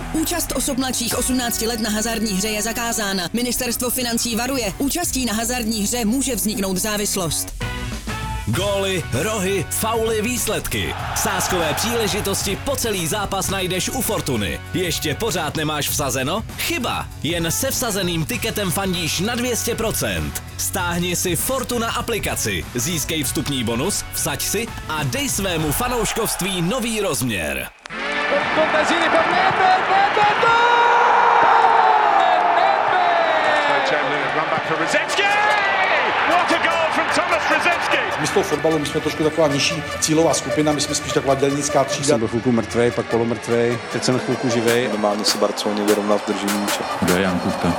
Účast osob mladších 18 let na hazardní hře je zakázána. Ministerstvo financí varuje, účastí na hazardní hře může vzniknout závislost. Góly, rohy, fauly, výsledky. Sázkové příležitosti po celý zápas najdeš u Fortuny. Ještě pořád nemáš vsazeno? Chyba! Jen se vsazeným tiketem fandíš na 200%. Stáhni si Fortuna aplikaci, získej vstupní bonus, vsaď si a dej svému fanouškovství nový rozměr. My z toho fotbalu, my jsme trošku taková nižší cílová skupina, my jsme spíš taková dělnická třída. Jsem byl chvilku mrtvej, pak polomrtvej, teď jsem chvilku živej. Normálně si Barceloně vyrovnal v držení míče. Kdo je Jan Kupka?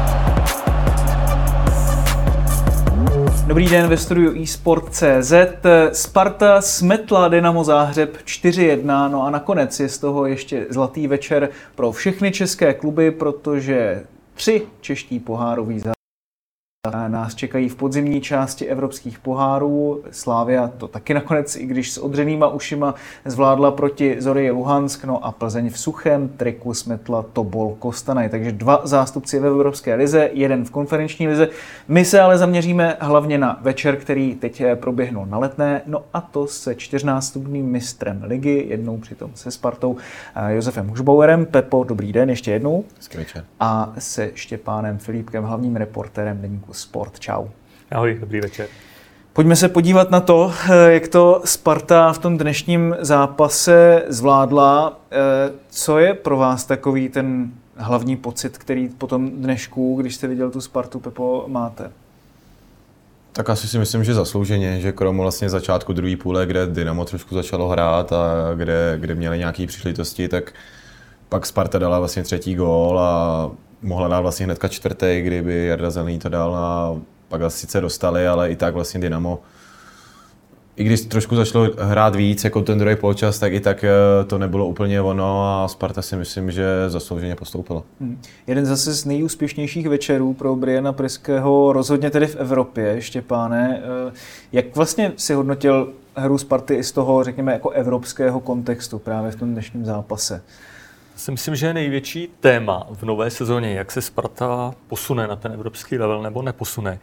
Dobrý den ve studiu eSport.cz. Sparta smetla Dynamo Záhřeb 4-1, no a nakonec je z toho ještě zlatý večer pro všechny české kluby, protože 3 čeští pohároví nás čekají v podzimní části evropských pohárů. Slavia to taky nakonec, i když s odřenýma ušima, zvládla proti Zorji Luhansk, no a Plzeň v suchém triku smetla Tobol Kostanaj. Takže 2 zástupci ve evropské lize, 1 v konferenční lize. My se ale zaměříme hlavně na večer, který teď proběhnul na Letné, no a to se 4násobným mistrem ligy, jednou přitom se Spartou, Josefem Hušbauerem. Pepo, dobrý den, ještě jednou. Hezký večer. A se Štěpánem Filipkem, hlavním reportérem deníku Sport. Čau. Ahoj, dobrý večer. Pojďme se podívat na to, jak to Sparta v tom dnešním zápase zvládla. Co je pro vás takový ten hlavní pocit, který po tom dnešku, když jste viděl tu Spartu, Pepo, máte? Tak asi si myslím, že zaslouženě, že krom vlastně začátku druhé půle, kde Dynamo trošku začalo hrát a kde měli nějaké příležitosti, tak pak Sparta dala vlastně 3. gól a mohla dát vlastně hnedka 4., kdyby Jarda Zelený to dal a pak asi sice dostali, ale i tak vlastně Dynamo, i když trošku začalo hrát víc jako ten druhý poločas, tak i tak to nebylo úplně ono a Sparta si myslím, že zaslouženě postoupila. Jeden zase z nejúspěšnějších večerů pro Briana Priského, rozhodně tedy v Evropě, Štěpáne. Jak vlastně si hodnotil hru Sparty i z toho, řekněme, jako evropského kontextu právě v tom dnešním zápase? Si myslím, že je největší téma v nové sezóně, jak se Sparta posune na ten evropský level nebo neposune.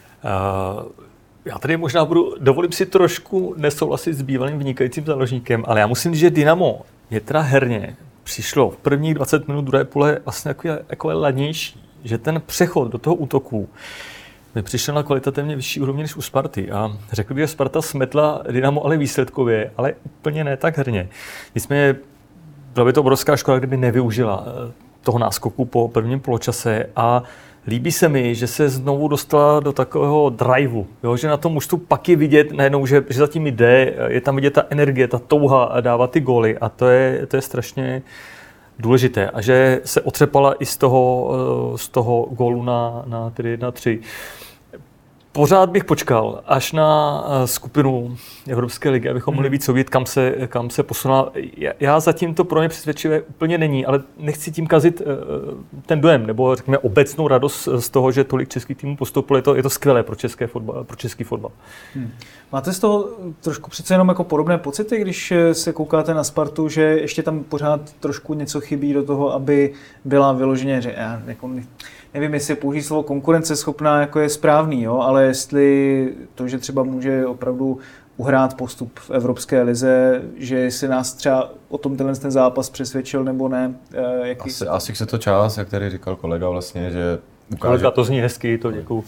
Já tady možná dovolím si trošku nesouhlasit s bývalým vynikajícím záložníkem, ale já musím říct, že Dynamo je teda herně přišlo v prvních 20 minut druhé půle vlastně jako ladnější, že ten přechod do toho útoku mi přišel na kvalitativně vyšší úrovni než u Sparty. A řekl bych, že Sparta smetla Dynamo ale výsledkově, ale úplně ne tak herně. Nicméně byla by to obrovská škoda, kdyby nevyužila toho náskoku po prvním poločase a líbí se mi, že se znovu dostala do takového driveu, jo? Že na tom mužstvu pak je vidět najednou, že zatím jde, je tam vidět ta energie, ta touha a dávat ty góly a to je strašně důležité a že se otřepala i z toho gólu na 1-3. Pořád bych počkal až na skupinu Evropské ligy, abychom mohli víc vidět, kam se posunula. Já zatím to pro mě přesvědčivé úplně není, ale nechci tím kazit ten dojem, nebo řekněme obecnou radost z toho, že tolik českých týmů postoupilo. Je to skvělé pro český fotbal. Máte z toho trošku přece jenom jako podobné pocity, když se koukáte na Spartu, že ještě tam pořád trošku něco chybí do toho, aby byla vyloženě, že jako nevím, jestli použít slovo konkurenceschopná, jako je správný, jo, ale jestli to, že třeba může opravdu uhrát postup v Evropské lize, že si nás třeba o tom ten zápas přesvědčil nebo ne. Asi chce to čas, jak tady říkal kolega vlastně, že ukáže. Kolega, to zní hezky, to děkuju.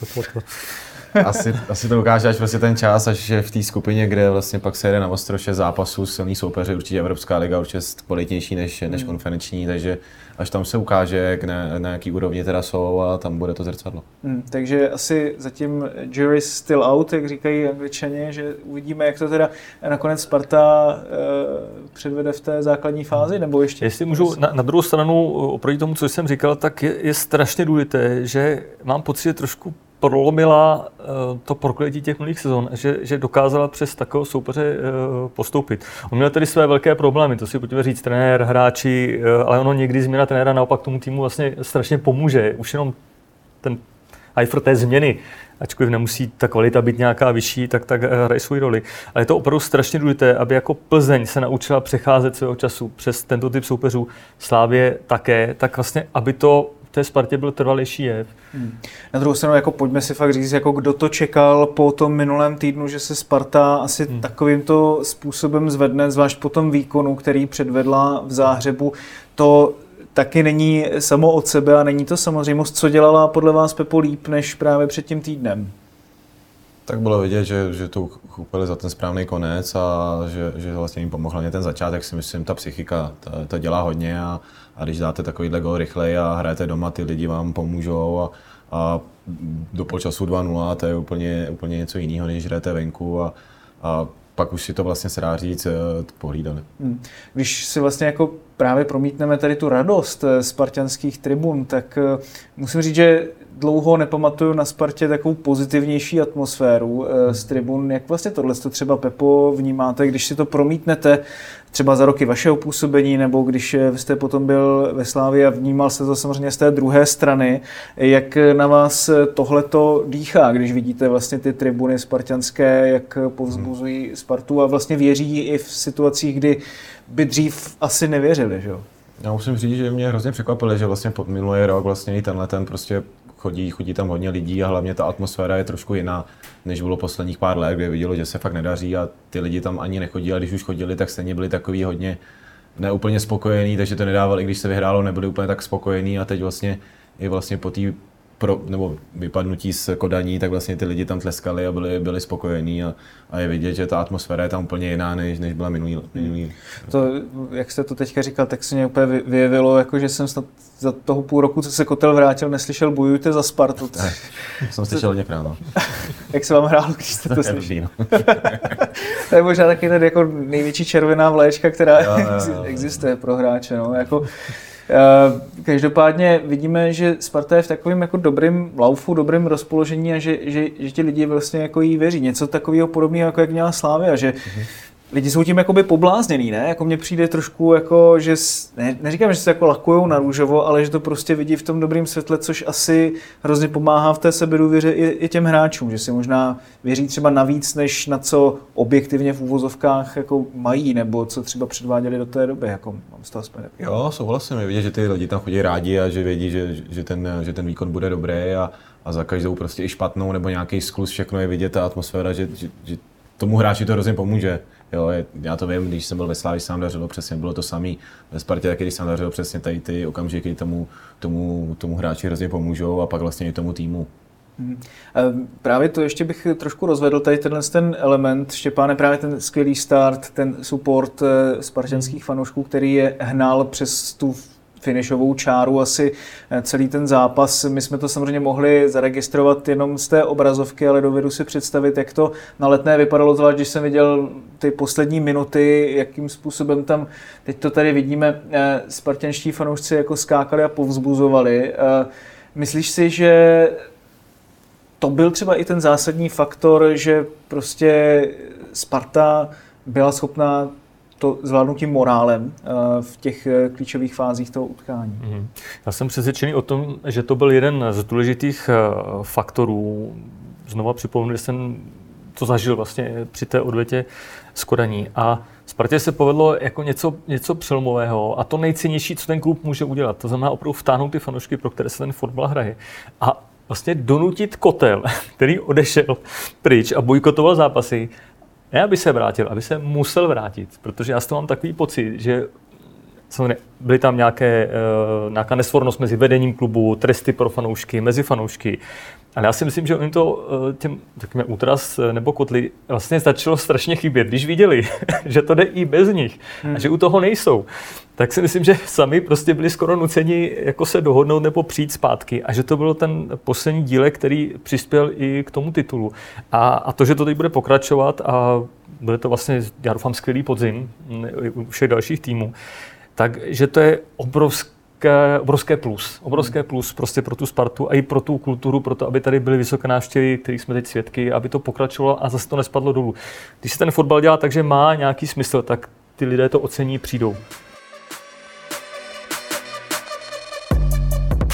Asi to ukáže až vlastně ten čas, až je v té skupině, kde vlastně pak se jede na ostro 6 zápasů, silný soupeři, určitě Evropská liga, určitě kvalitnější než konferenční, takže až tam se ukáže, na jaký úrovni teda jsou a tam bude to zrcadlo. Takže asi zatím jury's still out, jak říkají Angličani, že uvidíme, jak to teda nakonec Sparta předvede v té základní fázi, nebo ještě? Jestli můžu, na druhou stranu, oproti tomu, co jsem říkal, tak je strašně důležité, že mám pocit, že trošku prolomila to prokletí těch minulých sezon, že dokázala přes takového soupeře postoupit. On měl tedy své velké problémy, to si pojďme říct, trenér, hráči, ale ono někdy změna trenéra naopak tomu týmu vlastně strašně pomůže. Už jenom ten ajfr té změny ačkoliv nemusí ta kvalita být nějaká vyšší, tak hraje svou roli. Ale je to opravdu strašně důležité, aby jako Plzeň se naučila přecházet svého času přes tento typ soupeřů, Slávě také, tak vlastně, aby to v té Spartě byl trvalejší jev. Na druhou stranu, jako pojďme si fakt říct, jako kdo to čekal po tom minulém týdnu, že se Sparta asi takovýmto způsobem zvedne, zvlášť po tom výkonu, který předvedla v Záhřebu. To taky není samo od sebe a není to samozřejmost, co dělala podle vás, Pepo, líp než právě před tím týdnem. Tak bylo vidět, že to uchopili za ten správný konec a že vlastně jim pomohl hlavně ten začátek, si myslím, ta psychika, ta dělá hodně a když dáte takovýhle gól rychleji a hrajete doma, ty lidi vám pomůžou a do polčasu 2-0, to je úplně něco jiného, než hrajete venku a pak už si to vlastně se dá říct pohlídali. Když si vlastně jako právě promítneme tady tu radost spartanských tribun, tak musím říct, že dlouho nepamatuju na Spartě takovou pozitivnější atmosféru z tribun. Jak vlastně tohle třeba, Pepo, vnímáte, když si to promítnete třeba za roky vašeho působení, nebo když jste potom byl ve Slávii a vnímal jste to samozřejmě z té druhé strany, jak na vás tohleto dýchá, když vidíte vlastně ty tribuny spartanské, jak povzbuzují Spartu a vlastně věří i v situacích, kdy by dřív asi nevěřili, že jo? Já musím říct, že mě hrozně překvapilo, že vlastně pod minulý rok vlastně i tenhle ten prostě chodí tam hodně lidí a hlavně ta atmosféra je trošku jiná, než bylo posledních pár let, kde vidělo, že se fakt nedaří a ty lidi tam ani nechodí, a když už chodili, tak stejně byli takový hodně neúplně spokojení, takže to nedávali, i když se vyhrálo, nebyli úplně tak spokojení a teď vlastně i vlastně po té nebo vypadnutí z Kodaní, tak vlastně ty lidi tam tleskali a byli spokojení a je vidět, že ta atmosféra je tam úplně jiná, než byla minulý. To, jak jste to teďka říkal, tak se mě úplně vyjevilo, jako že jsem snad za toho půl roku, co se Kotel vrátil, neslyšel bojujte za Spartu. Jsem slyšel hodně ráno. Jak se vám hrálo, když jste to slyšeli? To je možná taky tady jako největší červená vléčka, která existuje pro hráče. No. Jako, každopádně vidíme, že Sparta je v takovém jako dobrým laufu, dobrým rozpoložení a že ti lidi vlastně jako jí věří. Něco takového podobného, jako jak měla Slavia, že lidi jsou tím jakoby poblázněný, ne? Jako mně přijde trošku jako, že neříkám, že se jako lakujou na růžovo, ale že to prostě vidí v tom dobrým světle, což asi hrozně pomáhá v té sebedůvěře i těm hráčům, že si možná věří třeba navíc, než na co objektivně v uvozovkách jako mají, nebo co třeba předváděli do té doby, jako mám z toho aspoň. Jo, souhlasím, je vidět, že ty lidi tam chodí rádi a že vědí, že ten výkon bude dobrý a za každou prostě i špatnou nebo nějaký skluz, všechno je vidět, ta atmosféra, že tomu hráči to hrozně pomůže. Jo, já to vím, když jsem byl ve Slávii, se nám dařilo přesně, bylo to samý. Ve Spartě taky, když se nám dařilo přesně tady ty okamžiky, tomu hráči hrozně pomůžou a pak vlastně i tomu týmu. Právě to ještě bych trošku rozvedl, tady ten element, Štěpáne, právě ten skvělý start, ten support spartanských fanoušků, který je hnal přes tu finišovou čáru asi celý ten zápas. My jsme to samozřejmě mohli zaregistrovat jenom z té obrazovky, ale dovedu si představit, jak to na Letné vypadalo, zvlášť když jsem viděl ty poslední minuty, jakým způsobem tam, teď to tady vidíme, spartanští fanoušci jako skákali a povzbuzovali. Myslíš si, že to byl třeba i ten zásadní faktor, že prostě Sparta byla schopná to zvládnout tím morálem v těch klíčových fázích toho utkání? Já jsem přesvědčený o tom, že to byl jeden z důležitých faktorů. Znova připomenu, že jsem to zažil vlastně při té odvetě z Kodaní. A Spartě se povedlo jako něco přelomového a to nejcennější, co ten klub může udělat. To znamená opravdu vtáhnout ty fanoušky, pro které se ten fotbal hraje. A vlastně donutit Kotel, který odešel pryč a bojkotoval zápasy, ne aby se vrátil, aby se musel vrátit, protože já z toho mám takový pocit, že samozřejmě byly tam nějaká nesvornost mezi vedením klubu, tresty pro fanoušky, mezi fanoušky, ale já si myslím, že oni to těm, řekněme, Útras nebo Kotli vlastně začalo strašně chybět, když viděli, že to jde i bez nich a že u toho nejsou. Tak si myslím, že sami prostě byli skoro nuceni jako se dohodnout nebo přijít zpátky a že to byl ten poslední dílek, který přispěl i k tomu titulu. A to, že to teď bude pokračovat a bude to vlastně, já doufám, skvělý podzim u všech dalších týmů, takže to je obrovské plus prostě pro tu Spartu a i pro tu kulturu, pro to, aby tady byly vysoké návštěvy, kterých jsme teď svědky, aby to pokračovalo a zase to nespadlo dolů. Když se ten fotbal dělá tak, že má nějaký smysl, tak ty lidé to ocení, přijdou.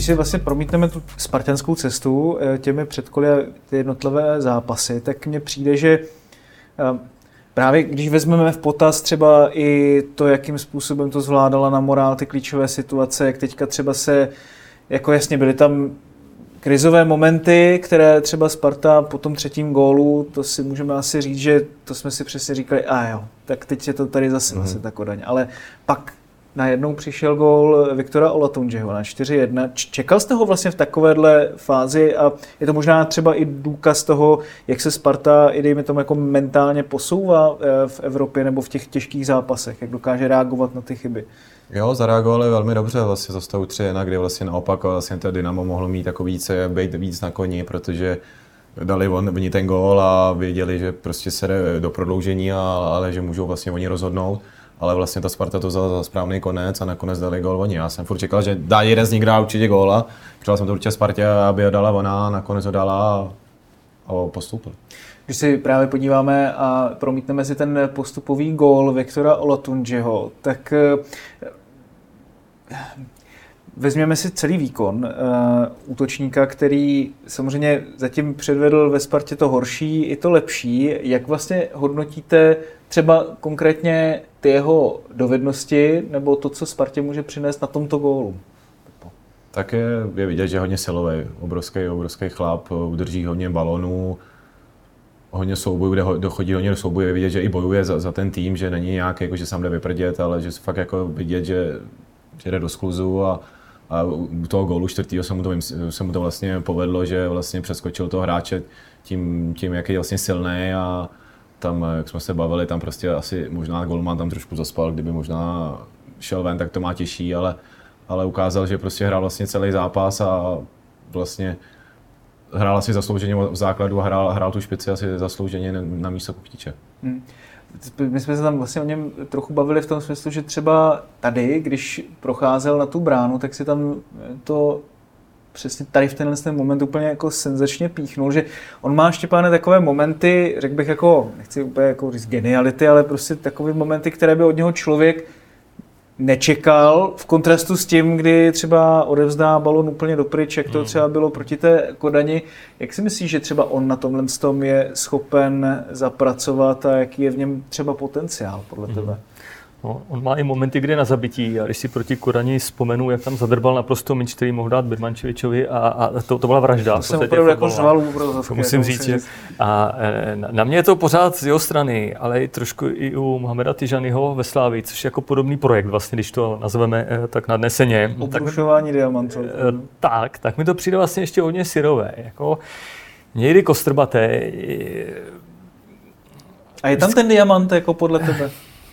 Když si vlastně promítneme tu spartanskou cestu těmi předkoly a ty jednotlivé zápasy, tak mně přijde, že právě když vezmeme v potaz třeba i to, jakým způsobem to zvládala na morál ty klíčové situace, jak teďka třeba se, jako jasně byly tam krizové momenty, které třeba Sparta po tom 3. gólu, to si můžeme asi říct, že to jsme si přesně říkali, jo, tak teď je to tady zase ta Kodaň. Ale pak najednou přišel gól Viktora Olatunjiho na 4-1. Čekal jste ho vlastně v takovéhle fázi a je to možná třeba i důkaz toho, jak se Sparta i dejme tomu jako mentálně posouvá v Evropě nebo v těch těžkých zápasech, jak dokáže reagovat na ty chyby. Jo, zareagovali velmi dobře vlastně za stavu 3-1, kdy vlastně naopak vlastně to Dynamo mohlo mít jako být víc na koni, protože dali oni ten gól a věděli, že prostě se jde do prodloužení, ale že můžou vlastně oni rozhodnout. Ale vlastně ta Sparta to vzala za správný konec a nakonec dali gól oni. Já jsem furt čekal, že dá jeden z nich dá určitě góla. Přál jsem to určitě Spartě, aby ho dala ona, nakonec ho dala a postoupil. Když si právě podíváme a promítneme si ten postupový gól Viktora Olatunjiho, tak vezměme si celý výkon útočníka, který samozřejmě zatím předvedl ve Spartě to horší i to lepší. Jak vlastně hodnotíte třeba konkrétně ty jeho dovednosti nebo to, co Spartě může přinést na tomto gólu? Tak je vidět, že je hodně silový, obrovský chlap, udrží hodně balonů, hodně soubojů, kde dochodí hodně do soubojů, je vidět, že i bojuje za ten tým, že není nějak, jako, že sám jde vyprdět, ale že fakt jako vidět, že jde do skluzu a u toho gólu 4. se mu to vlastně povedlo, že vlastně přeskočil toho hráče tím jak je vlastně silný a tam, jak jsme se bavili, tam prostě asi možná golman tam trošku zaspal, kdyby možná šel ven, tak to má těžší, ale ukázal, že prostě hrál vlastně celý zápas a vlastně hrál asi zaslouženě v základu a hrál tu špici asi zaslouženě na místo Kuchtiče. My jsme se tam vlastně o něm trochu bavili v tom smyslu, že třeba tady, když procházel na tu bránu, tak si tam to přesně tady v tenhle moment úplně jako senzačně píchnul, že on má, Štěpáne, takové momenty, řekl bych jako, nechci úplně jako říct geniality, ale prostě takové momenty, které by od něho člověk nečekal v kontrastu s tím, kdy třeba odevzdá balon úplně dopryč, jak to třeba bylo proti té Kodani. Jak si myslíš, že třeba on na tomhle tom je schopen zapracovat a jaký je v něm třeba potenciál podle tebe? No, on má i momenty, kde na zabití. A když si proti Kodani vzpomenu, jak tam zadrbal naprosto míč, který mohl dát Birmančevičovi a to byla vražda. To jsem opravdu jako žval to musím říct. A na mě je to pořád z jeho strany, ale trošku i u Mohameda Tijaniho ve Slávii, což je jako podobný projekt, vlastně, když to nazveme tak nadneseně. Obrušování diamantů. Tak mi to přijde vlastně ještě hodně syrové. Jako někdy kostrbaté. A je tam ten diamant jako podle tebe?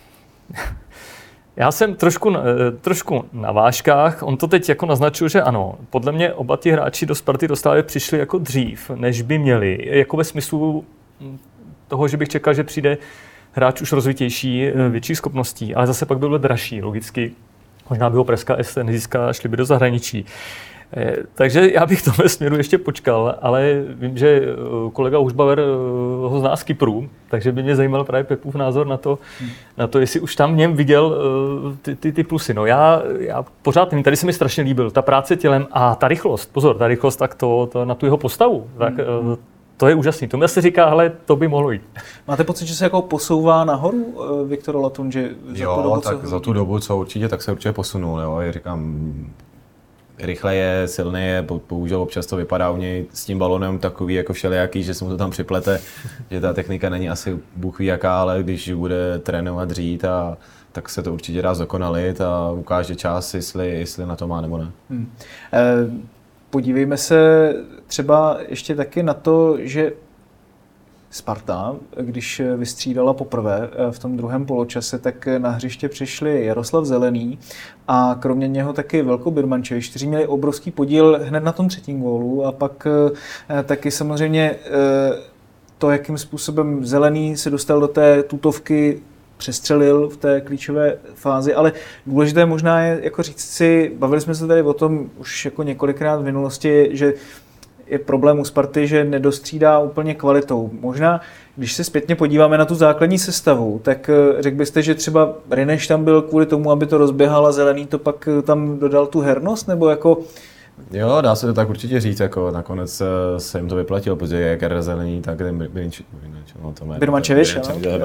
Já jsem trošku na vážkách, on to teď jako naznačil, že ano. Podle mě oba ti hráči do Sparty dostávě přišli jako dřív, než by měli. Jako ve smyslu toho, že bych čekal, že přijde hráč už rozvitější, větší schopností, ale zase pak by byl dražší, logicky. Možná by ho Preska S nezískala, šli by do zahraničí. Takže já bych v tomhle směru ještě počkal, ale vím, že kolega Hušbauer ho zná z Kypru, takže by mě zajímal právě Pepův názor na to, jestli už tam v něm viděl ty plusy. No já pořád nevím, tady se mi strašně líbil ta práce tělem a ta rychlost, pozor, ta rychlost, tak to na tu jeho postavu, tak to je úžasný. To mi se říká, ale to by mohlo jít. Máte pocit, že se jako posouvá nahoru Viktor Olatunji? Za tu dobu, co určitě, tak se určitě posunul. Jo. Já říkám, rychle je, silný je, bohužel občas to vypadá u něj s tím balonem takový jako všelijaký, že se mu to tam připlete, že ta technika není asi bůh ví jaká, ale když bude trénovat dřít, tak se to určitě dá zdokonalit a ukáže čas, jestli na to má nebo ne. Podívejme se třeba ještě taky na to, že Sparta, když vystřídala poprvé v tom druhém poločase, tak na hřiště přišli Jaroslav Zelený a kromě něho taky Veljko Birmančevič, kteří měli obrovský podíl hned na tom 3. gólu a pak taky samozřejmě to, jakým způsobem Zelený se dostal do té tutovky, přestřelil v té klíčové fázi, ale důležité možná je jako říct si, bavili jsme se tady o tom už jako několikrát v minulosti, že je problém u Sparty, že nedostřídá úplně kvalitou. Možná, když se zpětně podíváme na tu základní sestavu, tak řekl byste, že třeba Rineš tam byl kvůli tomu, aby to rozběhal a Zelený to pak tam dodal tu hernost, nebo jako Jo, dá se to tak určitě říct, jako nakonec se jim to vyplatilo, protože jak Zelený, tak ten Birmančevič,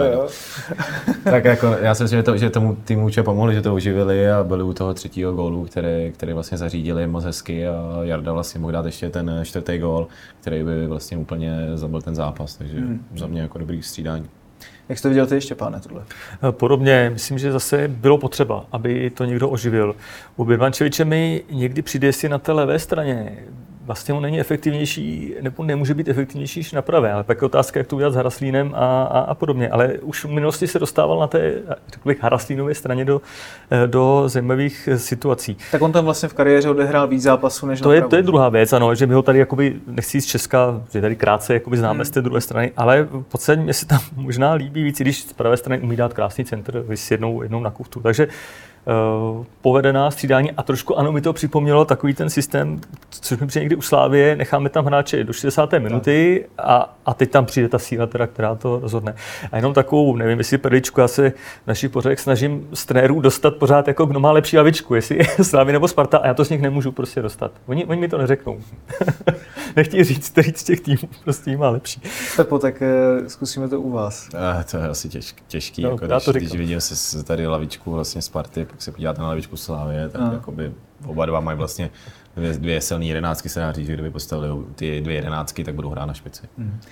tak jako já si myslím, že tomu týmu určitě pomohli, že to oživili a byli u toho 3. gólu, který vlastně zařídili moc hezky a Jarda vlastně mohl dát ještě ten 4. gól, který by vlastně úplně zabil ten zápas, takže za mě jako dobrý střídání. Jak jsi to viděl ty, Štěpáne, tohle? Podobně, myslím, že zase bylo potřeba, aby to někdo oživil. U Birmančeviče mi někdy přijde, jestli na té levé straně vlastně on není efektivnější, nebo nemůže být efektivnější než na pravé, ale pak je otázka, jak to udělat s Haraslínem a podobně. Ale už v minulosti se dostával na té, řekl bych, Haraslínové straně do zajímavých situací. Tak on tam vlastně v kariéře odehrál víc zápasů než to je druhá věc, ano, že my ho tady jakoby, nechci jít z Česka, že tady krátce jakoby známe z té druhé strany, ale v podstatě mě se tam možná líbí víc, když z pravé strany umí dát krásný centr, s jednou na kuftu. Takže povedená střídání a trošku ano, mi to připomnělo takový ten systém, což mi přijde někdy u Slávie, necháme tam hráče do 60. minuty a teď tam přijde ta síla, která to rozhodne. A jenom takovou, nevím, jestli perličku, já se v našich pořadech snažím z trenérů dostat pořád jako kdo má lepší lavičku, jestli je Slávy nebo Sparta a já to z nich nemůžu prostě dostat. Oni mi to neřeknou. Nechtějí říct, který z těch týmů prostě má lepší. Pepo, tak zkusíme to u vás. To je asi těžký, no, jako když vidím se tady lavičku vlastně Sparty, pak se podíváte na lavičku Slávie, tak jakoby oba dva mají vlastně dvě silné 11, se dá říct, že kdyby postavili ty 2 11, tak budou hrát na špici.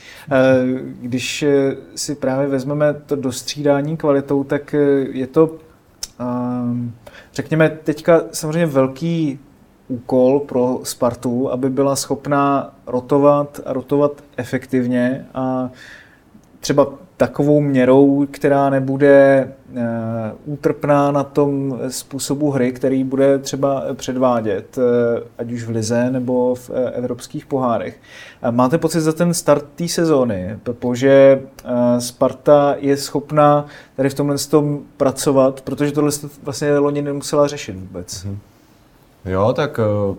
Když si právě vezmeme to dostřídání kvalitou, tak je to, řekněme, teďka samozřejmě velký úkol pro Spartu, aby byla schopná rotovat efektivně a třeba takovou měrou, která nebude útrpná na tom způsobu hry, který bude třeba předvádět, ať už v lize nebo v evropských pohárech. Máte pocit za ten start té sezóny, že Sparta je schopná tady v tomhle tom pracovat, protože tohle vlastně loni nemusela řešit vůbec. Jo, tak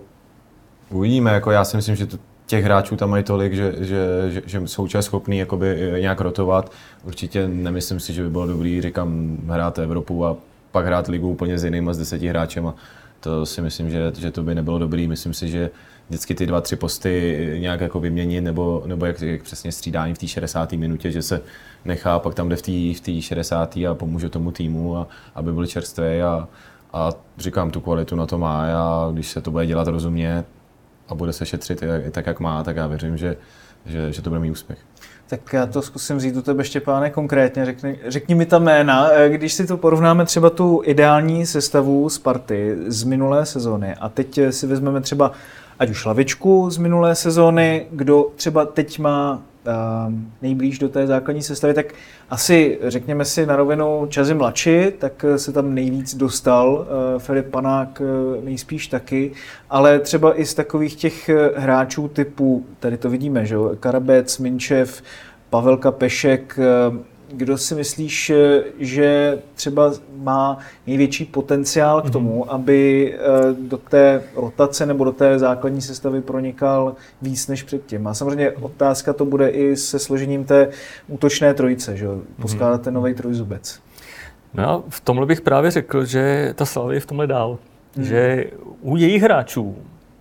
uvidíme, jako já si myslím, že těch hráčů tam mají tolik, že jsou čas schopný jakoby nějak rotovat. Určitě nemyslím si, že by bylo dobrý, říkám, hrát Evropu a pak hrát ligu úplně s jinýma, s 10 hráčema. To si myslím, že to by nebylo dobrý. Myslím si, že vždycky ty 2-3 posty nějak jako vyměnit, nebo jak přesně střídání v té 60. minutě, že se nechá, pak tam jde v té 60. a pomůže tomu týmu, aby byl čerstvý a říkám, tu kvalitu na to má a když se to bude dělat rozumně a bude se šetřit tak, jak má, tak já věřím, že to bude mít úspěch. Tak já to zkusím vzít u tebe, Štěpáne, konkrétně. Řekni mi ta jména, když si to porovnáme třeba tu ideální sestavu Sparty z minulé sezóny a teď si vezmeme třeba ať už lavičku z minulé sezóny, kdo třeba teď má nejblíž do té základní sestavy, tak asi řekněme si na rovinu Čazy mladší, tak se tam nejvíc dostal, Filip Panák nejspíš taky, ale třeba i z takových těch hráčů typu, tady to vidíme, že jo, Karabec, Minčev, Pavelka, Pešek, kdo si myslíš, že třeba má největší potenciál k tomu, aby do té rotace nebo do té základní sestavy pronikal víc než předtím? A samozřejmě otázka to bude i se složením té útočné trojice, že poskládáte nový trojzubec. No, v tomhle bych právě řekl, že ta Slavie je v tomhle dál. Že u jejich hráčů,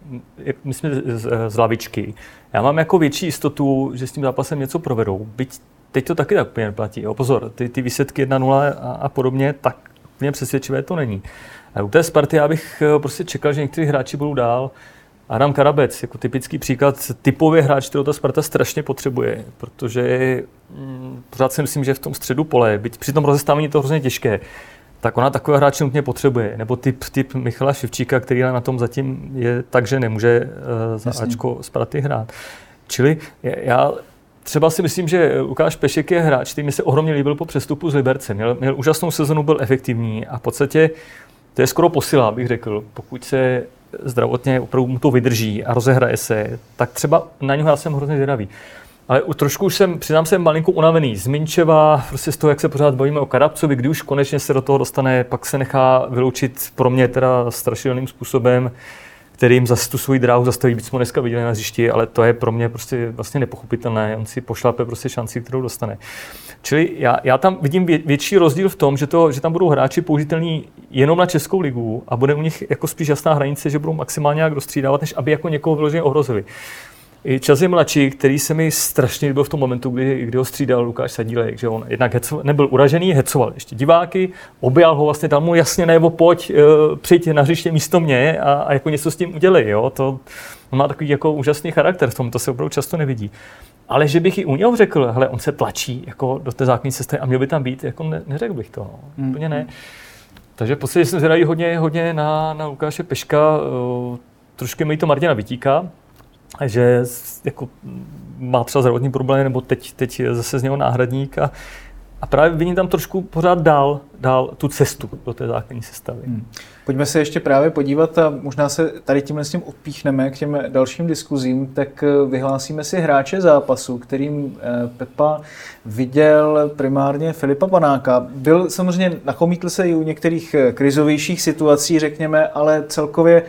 my jsme z lavičky, já mám jako větší jistotu, že s tím zápasem něco provedou. Byť teď to taky tak úplně neplatí. Jo. Pozor, ty výsledky 1-0 a podobně, tak úplně přesvědčivé to není. A u té Sparty já bych prostě čekal, že někteří hráči budou dál. Adam Karabec, jako typický příklad, typově hráč, kterou ta Sparta strašně potřebuje, protože pořád si myslím, že v tom středu pole, byť při tom rozestávání to hrozně těžké, tak ona takové hráče nutně potřebuje. Nebo typ Michala Ševčíka, který na tom zatím je tak, že nemůže za Ačko Sparty hrát. Čili já třeba si myslím, že Lukáš Pešek je hráč, který mi se ohromně líbil po přestupu z Liberce. Měl úžasnou sezonu, byl efektivní a v podstatě to je skoro posila, bych řekl. Pokud se zdravotně opravdu mu to vydrží a rozehraje se, tak třeba na něho já jsem hrozně zvědavý. Ale trošku už přiznám se, malinko unavený z Minčeva, prostě z toho, jak se pořád bavíme o Karabcovi, kdy už konečně se do toho dostane, pak se nechá vyloučit pro mě teda strašidelným způsobem. kterým zase tu svoji dráhu zastaví, byť jsme dneska viděli na hřišti, ale to je pro mě prostě vlastně nepochopitelné. On si pošlape prostě šanci, kterou dostane. Čili já tam vidím větší rozdíl v tom, že tam budou hráči použitelní jenom na Českou ligu a bude u nich jako spíš jasná hranice, že budou maximálně nějak rozstřídávat, než aby jako někoho vyloženě ohrozili. I Čas je mladší, který se mi strašně líbil v tom momentu, kdy ho střídal Lukáš Sadílek, že on jednak nebyl uražený, hecoval ještě diváky, objal ho, vlastně dal mu jasně najevo, pojď, přijď na hřiště místo mě a jako něco s tím udělej. Jo? On má takový jako úžasný charakter v tom, to se opravdu často nevidí. Ale že bych i u něho řekl, hele, on se tlačí jako do té základní sestavy a měl by tam být, jako neřekl bych to. No. Úplně ne. Takže v podstatě jsem zvědavý hodně na Lukáše Peška, trošku mi to Martina vytíká, že jako má třeba zdravotní problémy, nebo teď je zase z něho náhradník a právě vidím tam trošku pořád dál tu cestu do té základní sestavy. Pojďme se ještě právě podívat a možná se tady tímhle s tím odpíchneme k těm dalším diskuzím, tak vyhlásíme si hráče zápasu, kterým Pepa viděl primárně Filipa Panáka. Byl samozřejmě, nachomítl se i u některých krizovějších situací, řekněme, ale celkově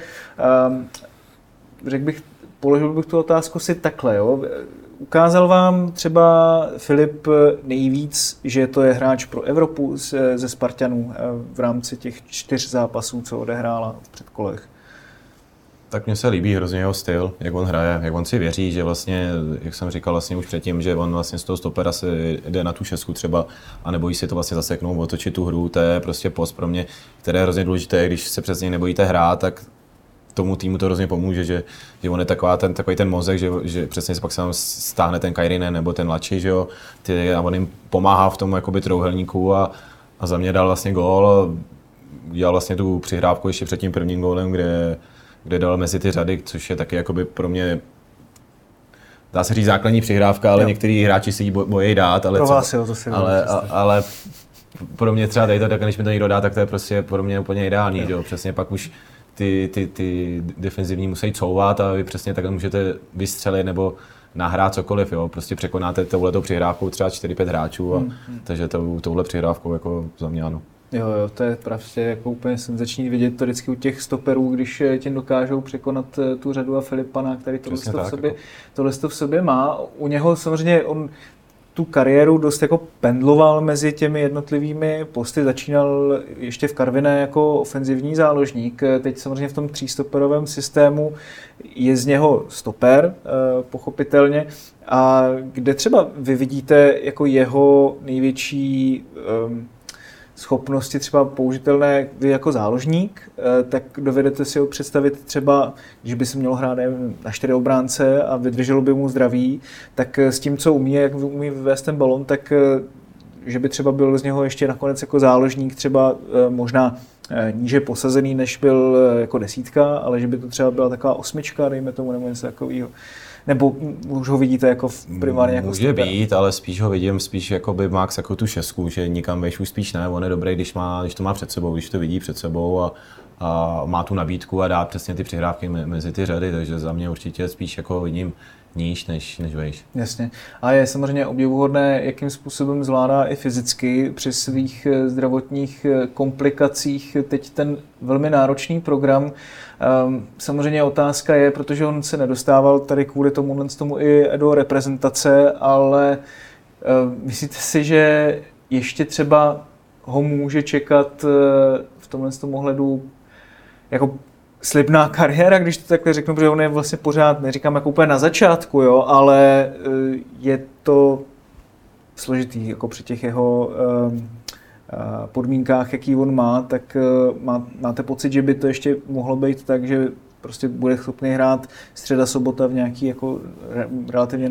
položil bych tu otázku si takhle. Jo? Ukázal vám třeba Filip nejvíc, že to je hráč pro Evropu ze Spartanů v rámci těch 4 zápasů, co odehrála v předkolech? Tak mně se líbí hrozně jeho styl, jak on hraje, jak on si věří, že vlastně, jak jsem říkal vlastně už předtím, že on vlastně z toho stopera se jde na tu šestku třeba a nebojí si to vlastně zaseknout, otočit tu hru, to je prostě post pro mě, které je hrozně důležité, když se přes něj nebojíte hrát, tak tomu týmu to hrozně pomůže, že on je takový ten mozek, že přesně pak se tam stáhne ten Kairinen nebo ten Lači, že jo, a on jim pomáhá v tom jakoby trouhelníku a za mě dal vlastně gól, dělal vlastně tu přihrávku ještě před tím prvním gólem, kde dal mezi ty řady, což je taky jakoby pro mě, dá se říct základní přihrávka, ale některý hráči si ji bojí dát, ale, ale pro mě třeba tady to, když mi to někdo dá, tak to je prostě pro mě úplně ideální, že jo, přesně pak už ty defenzivní musí couvat a vy přesně takhle můžete vystřelit nebo nahrát cokoliv, jo. Prostě překonáte touhletou přihrávkou třeba 4-5 hráčů, takže touhle přihrávkou jako za mě ano. Jo, to je prostě jako úplně senzační vidět to vždycky u těch stoperů, když tím dokážou překonat tu řadu a Filip Panák, který tohle v sobě má. U něho samozřejmě on tu kariéru dost jako pendloval mezi těmi jednotlivými posty. Začínal ještě v Karviné jako ofenzivní záložník. Teď samozřejmě v tom 3stoperovém systému je z něho stoper, pochopitelně. A kde třeba vy vidíte jako jeho největší schopnosti třeba použitelné vy jako záložník, tak dovedete si ho představit třeba, když by se mělo hrát na 4 obránce a vydrželo by mu zdraví, tak s tím, co umí, jak umí vyvést ten balon, tak že by třeba byl z něho ještě nakonec jako záložník třeba možná níže posazený, než byl jako 10, ale že by to třeba byla taková 8, dejme tomu, nebo něco takového. Nebo už ho vidíte jako primárně jako může stopera? Být, ale spíš ho vidím jako by Max jako tu 6, že nikam vejš už spíš ne, on je dobrý, když to má před sebou, když to vidí před sebou a má tu nabídku a dá přesně ty přihrávky mezi ty řady, takže za mě určitě spíš jako vidím níž než vejš. Jasně. A je samozřejmě obdivuhodné, jakým způsobem zvládá i fyzicky při svých zdravotních komplikacích teď ten velmi náročný program. Samozřejmě otázka je, protože on se nedostával tady kvůli tomu i do reprezentace, ale myslíte si, že ještě třeba ho může čekat v tomhle ohledu jako slibná kariéra, když to takhle řeknu, protože on je vlastně pořád, neříkám jako úplně na začátku, jo, ale je to složitý jako při těch jeho podmínkách, jaký on má, tak máte pocit, že by to ještě mohlo být tak, že prostě bude schopný hrát středa, sobota v nějaký jako relativně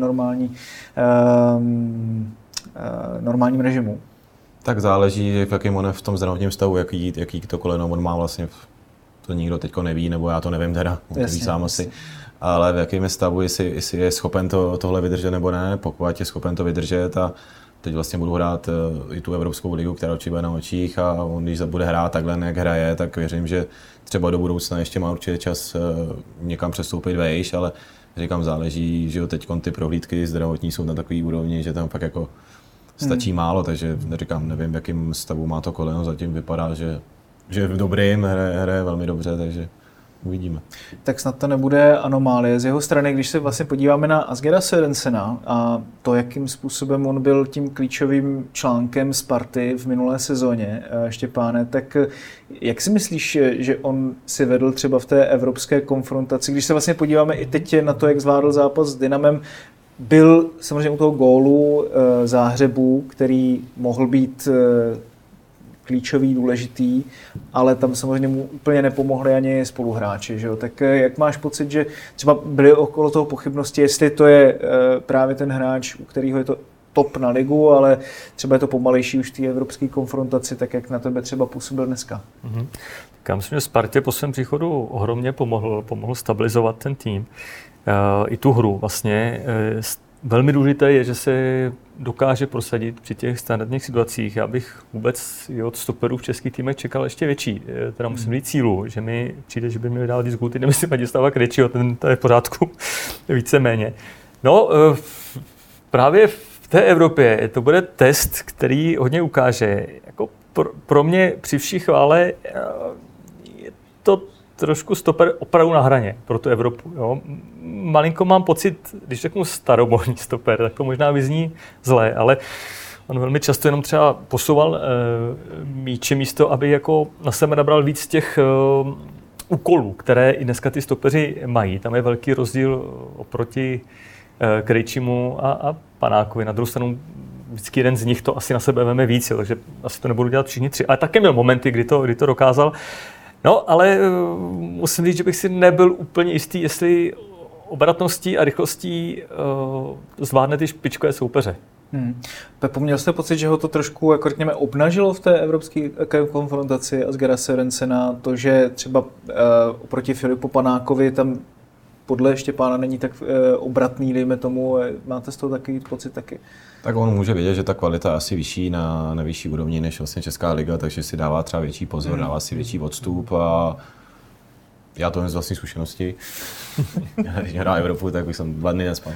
normálním režimu? Tak záleží, v jakém on je v tom zdravotním stavu, jaký to koleno on má vlastně. To nikdo teďko neví, nebo já to nevím teda, on to ví sám asi. Ale v jakém je stavu, jestli je schopen tohle vydržet nebo ne, pokud je schopen to vydržet a teď vlastně budu hrát i tu Evropskou ligu, která určitě bude na očích a on když bude hrát takhle, jak hraje, tak věřím, že třeba do budoucna ještě má určitě čas někam přestoupit vejš, ale říkám, záleží, že teď ty prohlídky zdravotní jsou na takový úrovni, že tam fakt jako stačí málo, takže říkám, nevím, v jakém stavu má to koleno, zatím vypadá, že v dobrým hraje velmi dobře, takže uvidíme. Tak snad to nebude anomálie z jeho strany, když se vlastně podíváme na Asgera Sørensena a to, jakým způsobem on byl tím klíčovým článkem Sparty v minulé sezóně, Štěpáne, tak jak si myslíš, že on si vedl třeba v té evropské konfrontaci, když se vlastně podíváme i teď na to, jak zvládl zápas s Dynamem, byl samozřejmě u toho gólu Záhřebu, který mohl být klíčový, důležitý, ale tam samozřejmě mu úplně nepomohli ani spoluhráči. Že jo? Tak jak máš pocit, že třeba byly okolo toho pochybnosti, jestli to je právě ten hráč, u kterého je to top na ligu, ale třeba je to pomalejší už v té evropské konfrontaci, tak jak na tebe třeba působil dneska? Mm-hmm. Tak já myslím, že Spartě po svém příchodu ohromně pomohl stabilizovat ten tým. I tu hru vlastně. Velmi důležité je, že se dokáže prosadit při těch standardních situacích. Já bych vůbec od stoperů v českých týmech čekal ještě větší. Teda musím říct cílu, že mi přijde, že by měli dát víc gólů. Teď nemyslím Ladislava Krejčího, ten je v pořádku víceméně. No, právě v té Evropě to bude test, který hodně ukáže. Jako pro mě při vší chvále je to trošku stoper opravdu na hraně pro tu Evropu. Jo. Malinko mám pocit, když řeknu staromódní stoper, tak to možná vyzní zlé, ale on velmi často jenom třeba posouval míče místo, aby jako na sebe nabral víc těch úkolů, které i dneska ty stopeři mají. Tam je velký rozdíl oproti Krejčímu a Panákovi. Na druhou stranu vždycky jeden z nich to asi na sebe veme víc, jo, takže asi to nebudou dělat všichni tři. Ale také měl momenty, kdy to dokázal. No, ale musím říct, že bych si nebyl úplně jistý, jestli obratností a rychlostí zvládne ty špičkové soupeře. Pepo, měl jste pocit, že ho to trošku, jako řekněme, obnažilo v té evropské konfrontaci Asgera Sørensena, to, že třeba oproti Filipu Panákovi tam podle Štěpána není tak obratný, dejme tomu, máte z toho takový pocit taky? Tak on může vědět, že ta kvalita je asi vyšší na vyšší úrovni než vlastně Česká liga, takže si dává třeba větší pozor, dává si větší odstup a já to z vlastní zkušenosti. Když hrál Evropu, tak už jsem 2 dny nespal.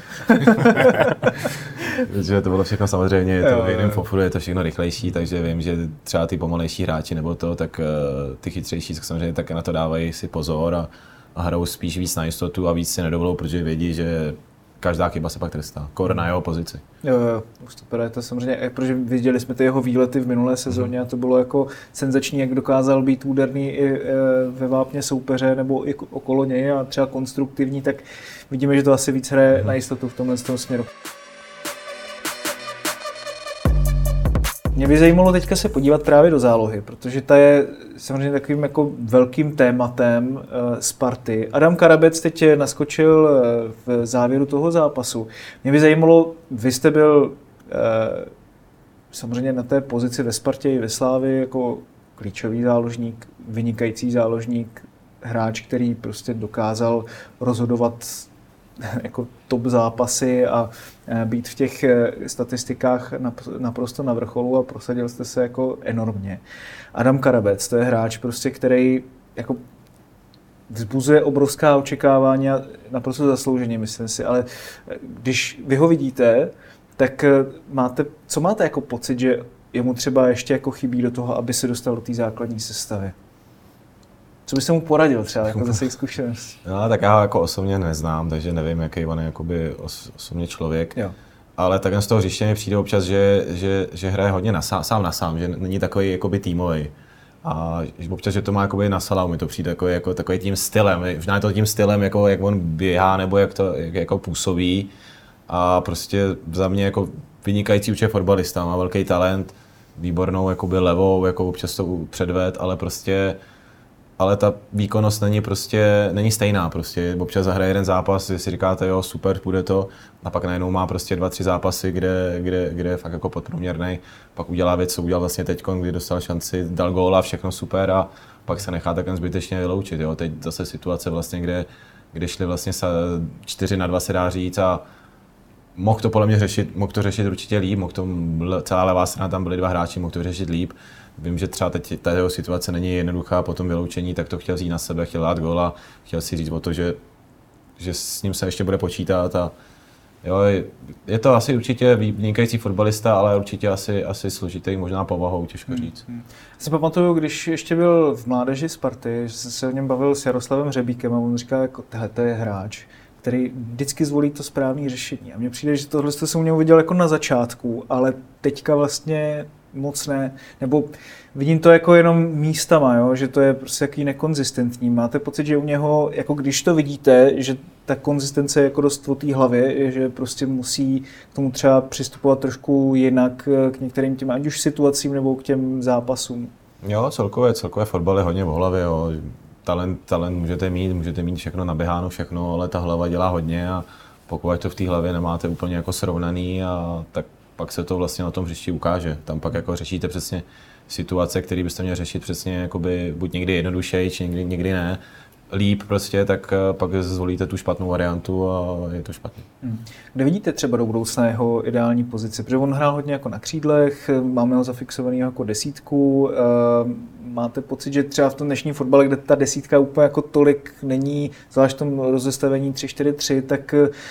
Protože to bylo všechno samozřejmě, to v jiném fofuru je to všechno rychlejší, takže vím, že třeba ty pomalejší hráči nebo to, tak ty chytřejší samozřejmě také na to dávají si pozor a hrajou spíš víc na jistotu a víc si nedovolou, protože vědí, že každá chyba se pak trestá. Kor na jeho pozici. Jo, super, je to samozřejmě, protože viděli jsme ty jeho výlety v minulé sezóně a to bylo jako senzační, jak dokázal být úderný i ve vápně soupeře nebo i okolo něj a třeba konstruktivní, tak vidíme, že to asi víc hraje na jistotu v tomhle směru. Mě by zajímalo teďka se podívat právě do zálohy, protože ta je samozřejmě takovým jako velkým tématem Sparty. Adam Karabec teď naskočil v závěru toho zápasu. Mě by zajímalo, vy jste byl samozřejmě na té pozici ve Spartě i ve Slávii jako klíčový záložník, vynikající záložník, hráč, který prostě dokázal rozhodovat jako top zápasy a být v těch statistikách naprosto na vrcholu a prosadil jste se jako enormně. Adam Karabec, to je hráč prostě, který jako vzbuzuje obrovská očekávání a naprosto zaslouženě, myslím si, ale když vy ho vidíte, tak co máte jako pocit, že jemu třeba ještě jako chybí do toho, aby se dostal do té základní sestavy? Co byste mu poradil třeba jako zase zkušenost? No, tak já ho jako osobně neznám, takže nevím, jaký on je jakoby osobně člověk. Jo. Ale takhle z toho hřiště mi přijde občas, že hraje hodně sám na sám, že není takový jakoby týmový. A občas, že to má jakoby na salámu, mi to přijde jako takový tím stylem. Možná je to tím stylem, jako jak on běhá nebo jak jako působí. A prostě za mě jako vynikající určitě fotbalista, má velký talent, výbornou jakoby levou, jako občas to předved, ale ta výkonnost není stejná prostě. Občas zahraje jeden zápas, že si říkáte, jo, super, půjde to, a pak najednou má prostě 2-3 zápasy, kde je fakt jako podprůměrnej. Pak udělá věc, co udělal vlastně teď, kdy dostal šanci, dal góla, všechno super a pak se nechá takhle zbytečně vyloučit. Jo. Teď zase situace vlastně, kde šli vlastně 4-2 se dá říct a mohl to podle mě řešit určitě líp, celá levá strana, tam byli 2 hráči, mohl to řešit líp. Vím, že třeba teď ta jeho situace není jednoduchá po tom vyloučení, tak to chtěl vzít na sebe, chtěl dát góla, chtěl si říct o to, že s ním se ještě bude počítat a Jo, je to asi určitě vynikající fotbalista, ale určitě asi složitý, možná povahou, těžko říct. Si pamatuju, když ještě byl v mládeži Sparty, že se o něm bavil s Jaroslavem Hřebíkem a on říkal, jako to je hráč, který vždycky zvolí to správné řešení. A mně přijde, že tohle jsem u něho viděl jako na začátku, ale teďka vlastně moc ne. Nebo vidím to jako jenom místama, jo? Že to je prostě jaký nekonzistentní. Máte pocit, že u něho, jako když to vidíte, že ta konzistence je jako dost o té hlavě, že prostě musí k tomu třeba přistupovat trošku jinak k některým těm, ať už situacím nebo k těm zápasům? Jo, celkové fotbal je hodně o hlavě. Jo. Talent můžete mít všechno naběháno, všechno, ale ta hlava dělá hodně a pokud to v té hlavě nemáte úplně jako srovnaný, tak pak se to vlastně na tom hřišti ukáže. Tam pak jako řešíte přesně situace, které byste měli řešit přesně jakoby buď někdy jednodušeji, či někdy ne. Líp prostě, tak pak zvolíte tu špatnou variantu a je to špatně. Kde vidíte třeba do budoucna jeho ideální pozici? Protože on hrál hodně jako na křídlech, máme ho zafixovaný jako desítku. Máte pocit, že třeba v tom dnešním fotbale, kde ta desítka úplně jako tolik není, zvlášť v tom rozestavení 3-4-3, tak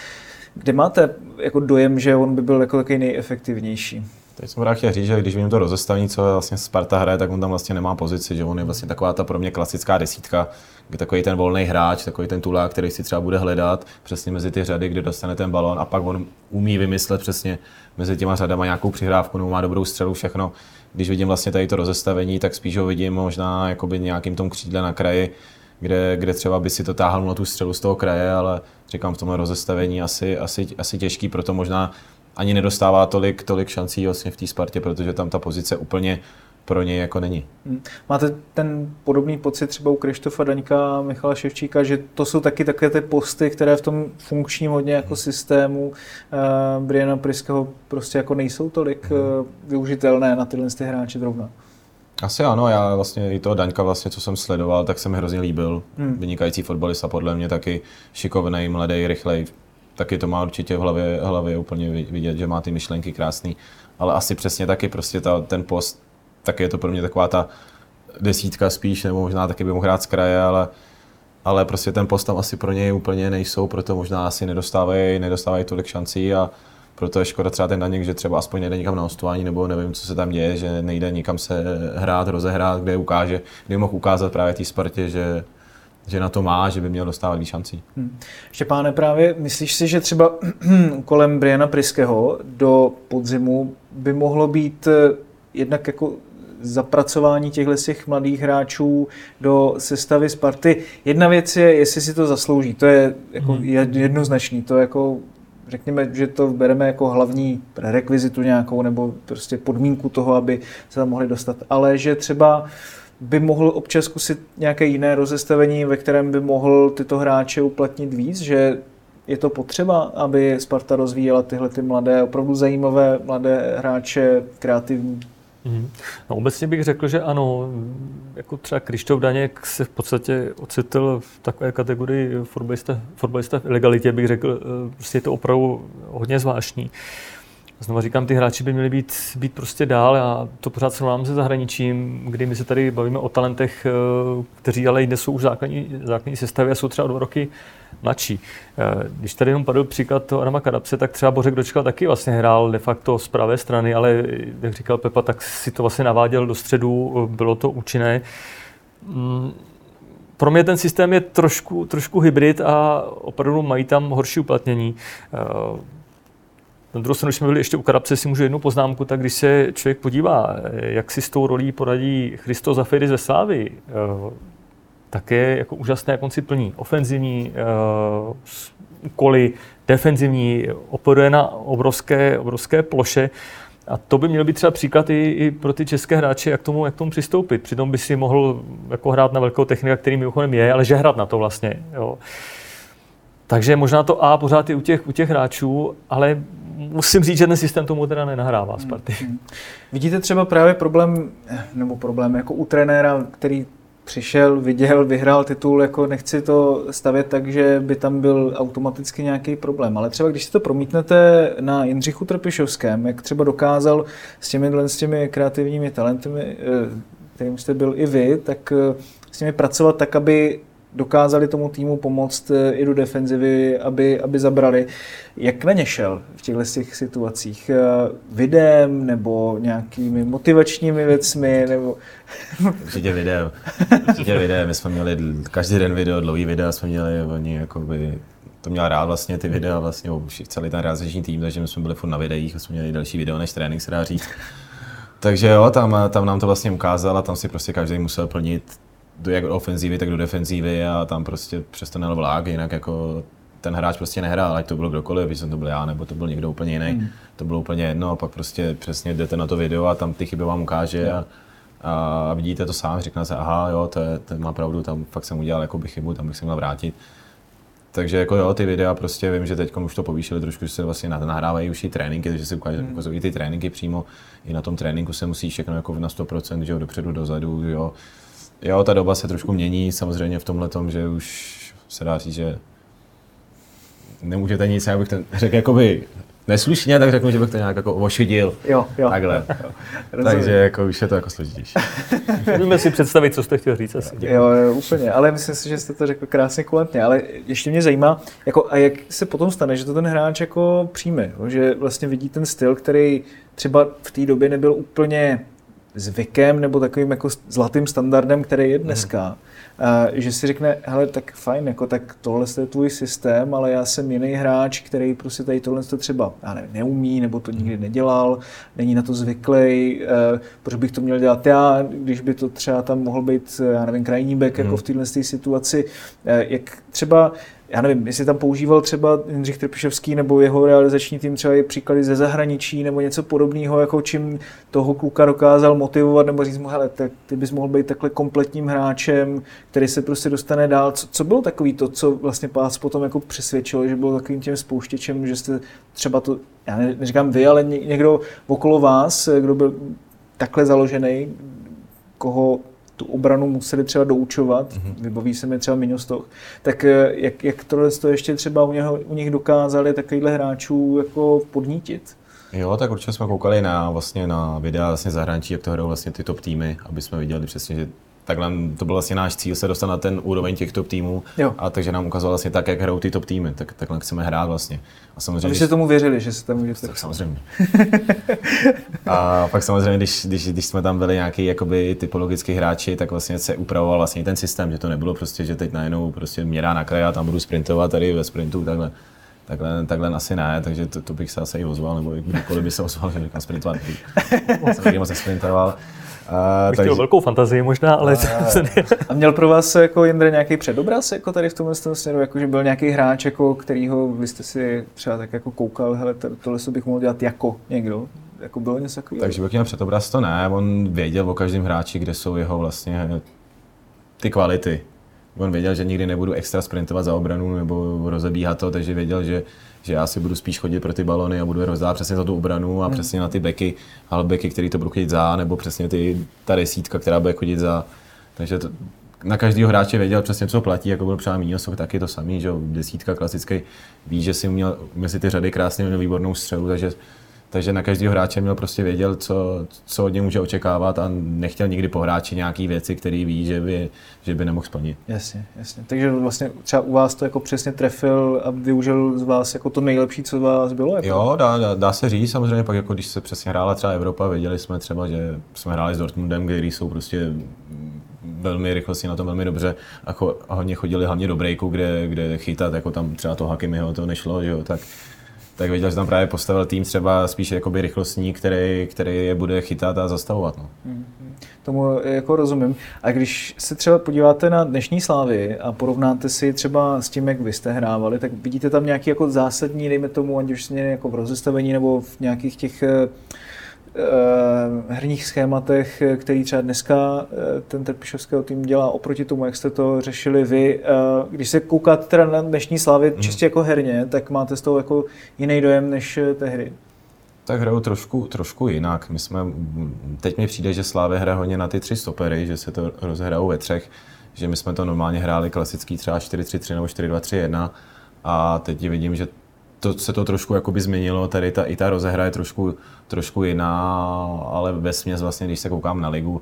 kde máte jako dojem, že on by byl jako takový nejefektivnější? Teď jsem chtěl říct, že když vidím to rozestavení, co vlastně Sparta hraje, tak on tam vlastně nemá pozici, že on je vlastně taková ta pro mě klasická desítka, kde takový ten volný hráč, takový ten tulák, který si třeba bude hledat přesně mezi ty řady, kde dostane ten balón a pak on umí vymyslet přesně mezi těma řadama nějakou přihrávku, nebo má dobrou střelu, všechno. Když vidím vlastně tady to rozestavení, tak spíš ho vidím možná jakoby nějakým tom křídle na kraji, kde třeba by si to táhl na tu střelu z toho kraje, ale říkám v tomhle rozestavení asi těžký, proto možná ani nedostává tolik šancí vlastně v té Spartě, protože tam ta pozice úplně pro něj jako není. Máte ten podobný pocit třeba u Krištofa Daňka a Michala Ševčíka, že to jsou taky takové ty posty, které v tom funkčním hodně jako systému Briana Pryského prostě jako nejsou tolik využitelné na tyhle hráče zrovna? Asi ano, já vlastně i toho Daňka vlastně, co jsem sledoval, tak se mi hrozně líbil. Vynikající fotbalista podle mě, taky šikovnej, mladý, rychlej. Taky to má určitě v hlavě úplně vidět, že má ty myšlenky krásný. Ale asi přesně taky prostě ten post, tak je to pro mě taková ta desítka spíš, nebo možná taky by mohl hrát z kraje, ale prostě ten post tam asi pro něj úplně nejsou, proto možná asi nedostávají tolik šancí a proto je škoda třeba ten Daněk, že třeba aspoň nejde nikam na hostování, nebo nevím, co se tam děje, že nejde nikam se rozehrát, kde mohl ukázat právě té Spartě, že na to má, že by měl dostávat víc šancí. Štěpáne, právě myslíš si, že třeba kolem Briana Pryského do podzimu by mohlo být jednak jako zapracování těchto mladých hráčů do sestavy Sparty? Jedna věc je, jestli si to zaslouží, to je jako jednoznačný, to jako řekněme, že to bereme jako hlavní prerekvizitu nějakou nebo prostě podmínku toho, aby se tam mohli dostat, ale že třeba by mohl občas zkusit nějaké jiné rozestavení, ve kterém by mohl tyto hráče uplatnit víc, že je to potřeba, aby Sparta rozvíjela tyhle ty mladé, opravdu zajímavé mladé hráče, kreativní? No obecně bych řekl, že ano, jako třeba Krištof Daněk se v podstatě ocitl v takové kategorii fotbalista v ilegalitě, bych řekl, prostě je to opravdu hodně zvláštní. Znova říkám, ty hráči by měli být prostě dál. Já to pořád srovnám se zahraničím, kdy my se tady bavíme o talentech, kteří ale dnes jsou už základní sestavy a jsou třeba o 2 roky mladší. Když tady jenom padl příklad toho Adama Kadabce, tak třeba Bořek Dočkal taky vlastně hrál de facto z pravé strany, ale jak říkal Pepa, tak si to vlastně naváděl do středu, bylo to účinné. Pro mě ten systém je trošku hybrid a opravdu mají tam horší uplatnění. Na druhou stranu, když jsme byli ještě u Kadabce, si můžu jednu poznámku, tak když se člověk podívá, jak si s tou rolí poradí Christos Zafiris ve Slávii, tak je jako úžasné, jak on si plní ofenzivní úkoly, defenzivní, operuje na obrovské ploše. A to by měl být třeba příklad i pro ty české hráče, jak tomu přistoupit. Přitom by si mohl jako hrát na velkého technika, který mimochodem je, ale že hrát na to vlastně. Jo. Takže možná to A pořád je u těch hráčů, ale musím říct, že ten systém tomu teda nenahrává Sparty. Vidíte třeba právě problém jako u trenéra, který přišel, viděl, vyhrál titul, jako nechci to stavět tak, že by tam byl automaticky nějaký problém. Ale třeba když si to promítnete na Jindřichu Trpišovském, jak třeba dokázal s těmi kreativními talenty, kterým jste byl i vy, tak s nimi pracovat tak, aby dokázali tomu týmu pomoct i do defenzivy, aby zabrali. Jak na ně šel v těchto situacích? Videem nebo nějakými motivačními věcmi? Nebo... Určitě videem. My jsme měli každý den video, dlouhý videa jsme měli, oni jakoby... To měl rád vlastně ty videa, vlastně celý ten realizační tým, takže my jsme byli furt na videích, jsme měli další video než trénink, se dá říct. Takže jo, tam nám to vlastně ukázal a tam si prostě každý musel plnit jak do ofenzívy, tak do defenzívy a tam prostě přes to nel vlák, jinak jako ten hráč prostě nehrál, ať to bylo kdokoliv, když jsem to byl já, nebo to byl někdo úplně jiný, to bylo úplně jedno a pak prostě přesně jdete na to video a tam ty chyby vám ukáže a vidíte to sám, řekne se, aha jo, to má pravdu, tam fakt jsem udělal jakoby chybu, tam bych se měl vrátit. Takže jako jo, ty videa prostě vím, že teď už to povýšili trošku, že se vlastně nahrávají už i tréninky, takže si ukazují ty tréninky přímo. I na tom tréninku se musí všechno jako na 100%, že jo, dopředu, dozadu, jo. Jo, ta doba se trošku mění, samozřejmě v tomhletom, že už se dá říct, že nemůžete nic, já bych to řekl jakoby neslušně, tak řeknu, že bych to nějak jako ošidil. Jo. Takhle. Takže jako už je to jako složitější. Můžeme si představit, co jste chtěl říct asi. Jo, úplně, ale myslím si, že jste to řekl krásně kulantně, ale ještě mě zajímá, jako, a jak se potom stane, že to ten hráč jako přijme, že vlastně vidí ten styl, který třeba v té době nebyl úplně zvykem nebo takovým jako zlatým standardem, který je dneska. Že si řekne, hele, tak fajn, jako, tak tohle je tvůj systém, ale já jsem jiný hráč, který prostě tady tohle třeba neumí, nebo to nikdy nedělal, není na to zvyklý, proč bych to měl dělat já, když by to třeba tam mohl být, já nevím, krajní back jako v téhle situaci, jak třeba, já nevím, jestli tam používal třeba Jindřich Trpišovský nebo jeho realizační tým třeba i příklady ze zahraničí nebo něco podobného, jako čím toho kluka dokázal motivovat nebo říct mu, hele, tak ty bys mohl být takhle kompletním hráčem, který se prostě dostane dál. Co bylo takový to, co vlastně vás potom jako přesvědčilo, že bylo takovým tím spouštěčem, že jste třeba to, já neříkám vy, ale někdo okolo vás, kdo byl takhle založený, koho tu obranu museli třeba doučovat, vybaví se mi třeba Miňostoch, tak jak tohle ještě třeba u nich dokázali takovýhle hráčů jako podnítit? Jo, tak určitě jsme koukali na videa vlastně zahraničí, jak to hrajou vlastně ty top týmy, aby jsme viděli přesně, že takhle to byl vlastně náš cíl se dostat na ten úroveň těch top týmů, a takže nám ukazoval vlastně tak, jak hrajou ty top týmy, takhle chceme hrát vlastně. A samozřejmě, vy jste tomu věřili, že se tam můžete... Tak samozřejmě. A pak samozřejmě, když jsme tam byli nějaký jakoby typologický hráči, tak vlastně se upravoval vlastně ten systém, že to nebylo prostě, že teď najednou prostě mě dá na kraj a tam budu sprintovat tady ve sprintu, takhle asi ne, takže to bych se asi i ozval, nebo kdykoliv by se ozval, že říkám sprintovat. Jsem moc nesprintoval. Bych chtěl velkou fantazii možná, ale... A měl pro vás jako Jindra nějaký předobraz jako tady v tomhle směru, jako že byl nějaký hráč, jako kterýho vy jste si třeba tak jako koukal, hele, tohle bych mohl dělat jako někdo? Jako bylo něco takového? Takže bych měl předobraz, to ne, on věděl o každém hráči, kde jsou jeho vlastně ty kvality. On věděl, že nikdy nebudu extra sprintovat za obranu nebo rozebíhat to, takže věděl, že já si budu spíš chodit pro ty balony a budu je rozdávat přesně za tu obranu a přesně na ty beky, halfbacky, který to budou chodit za, nebo přesně ta desítka, která bude chodit za. Takže na každého hráče věděl přesně, co platí, jako byl třeba Míňosoch, taky to samý, že desítka klasický, ví, že si uměl mezi ty řady krásně měl výbornou střelu, takže na každého hráče měl prostě věděl, co od něj může očekávat a nechtěl nikdy po hráči nějaký věci, který ví, že by nemohl splnit. Jasně. Takže vlastně třeba u vás to jako přesně trefil a využil z vás jako to nejlepší, co z vás bylo? Jako? Jo, dá se říct, samozřejmě pak jako když se přesně hrála třeba Evropa, věděli jsme třeba, že jsme hráli s Dortmundem, který jsou prostě velmi rychlostně na tom velmi dobře a hodně chodili hlavně do breaku, kde chytat, jako tam třeba to Hakimiho to nešlo, že jo, tak věděl, že tam právě postavil tým třeba spíš jakoby rychlostní, který je bude chytat a zastavovat. No. Tomu jako rozumím. A když se třeba podíváte na dnešní Slávii a porovnáte si třeba s tím, jak vy jste hrávali, tak vidíte tam nějaký jako zásadní, dejme tomu, ať už směrně jako v rozestavení nebo v nějakých těch herních schématech, který třeba dneska ten Trpišovského tým dělá oproti tomu, jak jste to řešili vy. Když se koukáte teda na dnešní Slávy čistě jako herně, tak máte z toho jako jiný dojem než té hry? Tak hrajou trošku jinak. Teď mi přijde, že Slávě hraje hodně na ty 3 stopery, že se to rozhrajou ve 3, že my jsme to normálně hráli klasický třeba 4-3-3 nebo 4-2-3-1 a teď vidím, že se to trošku jakoby změnilo, tady ta rozehra je trošku jiná, ale vesměs vlastně, když se koukám na ligu,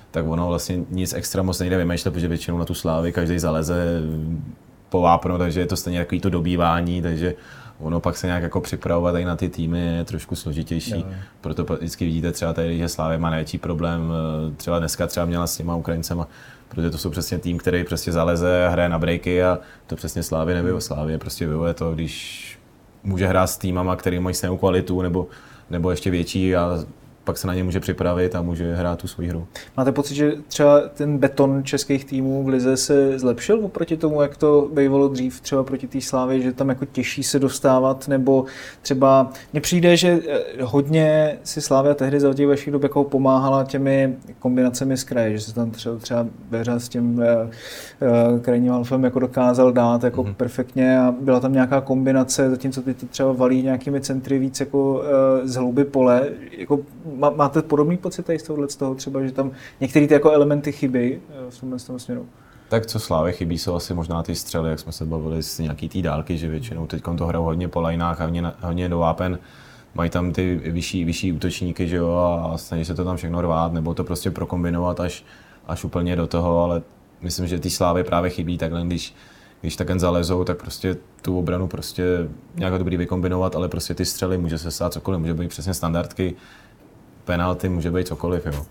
tak ono vlastně nic extra moc nejde vymýšlet, protože většinou na tu Slávy každý zaleze po vápno, takže je to stejně takový to dobývání, takže ono pak se nějak jako připravovat i na ty týmy je trošku složitější. Proto vždycky vidíte třeba tady, že Slávy má největší problém, třeba dneska třeba měla s těma Ukrajincema, protože to jsou přesně tým, který prostě zaleze, hraje na breaky a to přesně Slávy nevyhovuje. Slávy prostě vyhovuje to, když může hrát s týmama, který mají stejnou kvalitu nebo ještě větší a pak se na ně může připravit a může hrát tu svou hru. Máte pocit, že třeba ten beton českých týmů v lize se zlepšil oproti tomu, jak to bývalo dřív třeba proti té Slávě, že tam jako těžší se dostávat, nebo třeba mně přijde, že hodně si Slávia tehdy za těch vašich dob jako pomáhala těmi kombinacemi z kraje, že se tam třeba Béřa s tím krajním halfem jako dokázal dát jako perfektně a byla tam nějaká kombinace, zatímco ty to třeba valí nějakými centry víc jako z hlouby pole. Jako máte podobný pocit tady z toho třeba, že tam některé ty jako elementy chybí v tomhle směru? Tak co Slávě chybí, jsou asi možná ty střely, jak jsme se bavili z nějaký té dálky, že většinou teď to hrajou hodně po lineách, hodně do vápen, mají tam ty vyšší útočníky, že jo, a snaží se to tam všechno rvát, nebo to prostě prokombinovat až úplně do toho, ale myslím, že ty Slávy právě chybí takhle, když tak zalezou, tak prostě tu obranu prostě nějak dobrý vykombinovat, ale prostě ty střely může se stát cokoliv, může být přesně standardky, penalty, může být cokoliv, jo.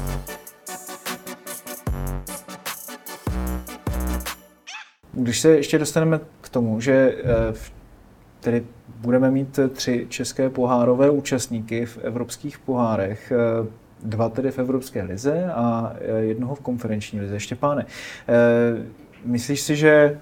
Když se ještě dostaneme k tomu, že tedy budeme mít 3 české pohárové účastníky v evropských pohárech, 2 tedy v Evropské lize a 1 v konferenční lize. Štěpáne, myslíš si, že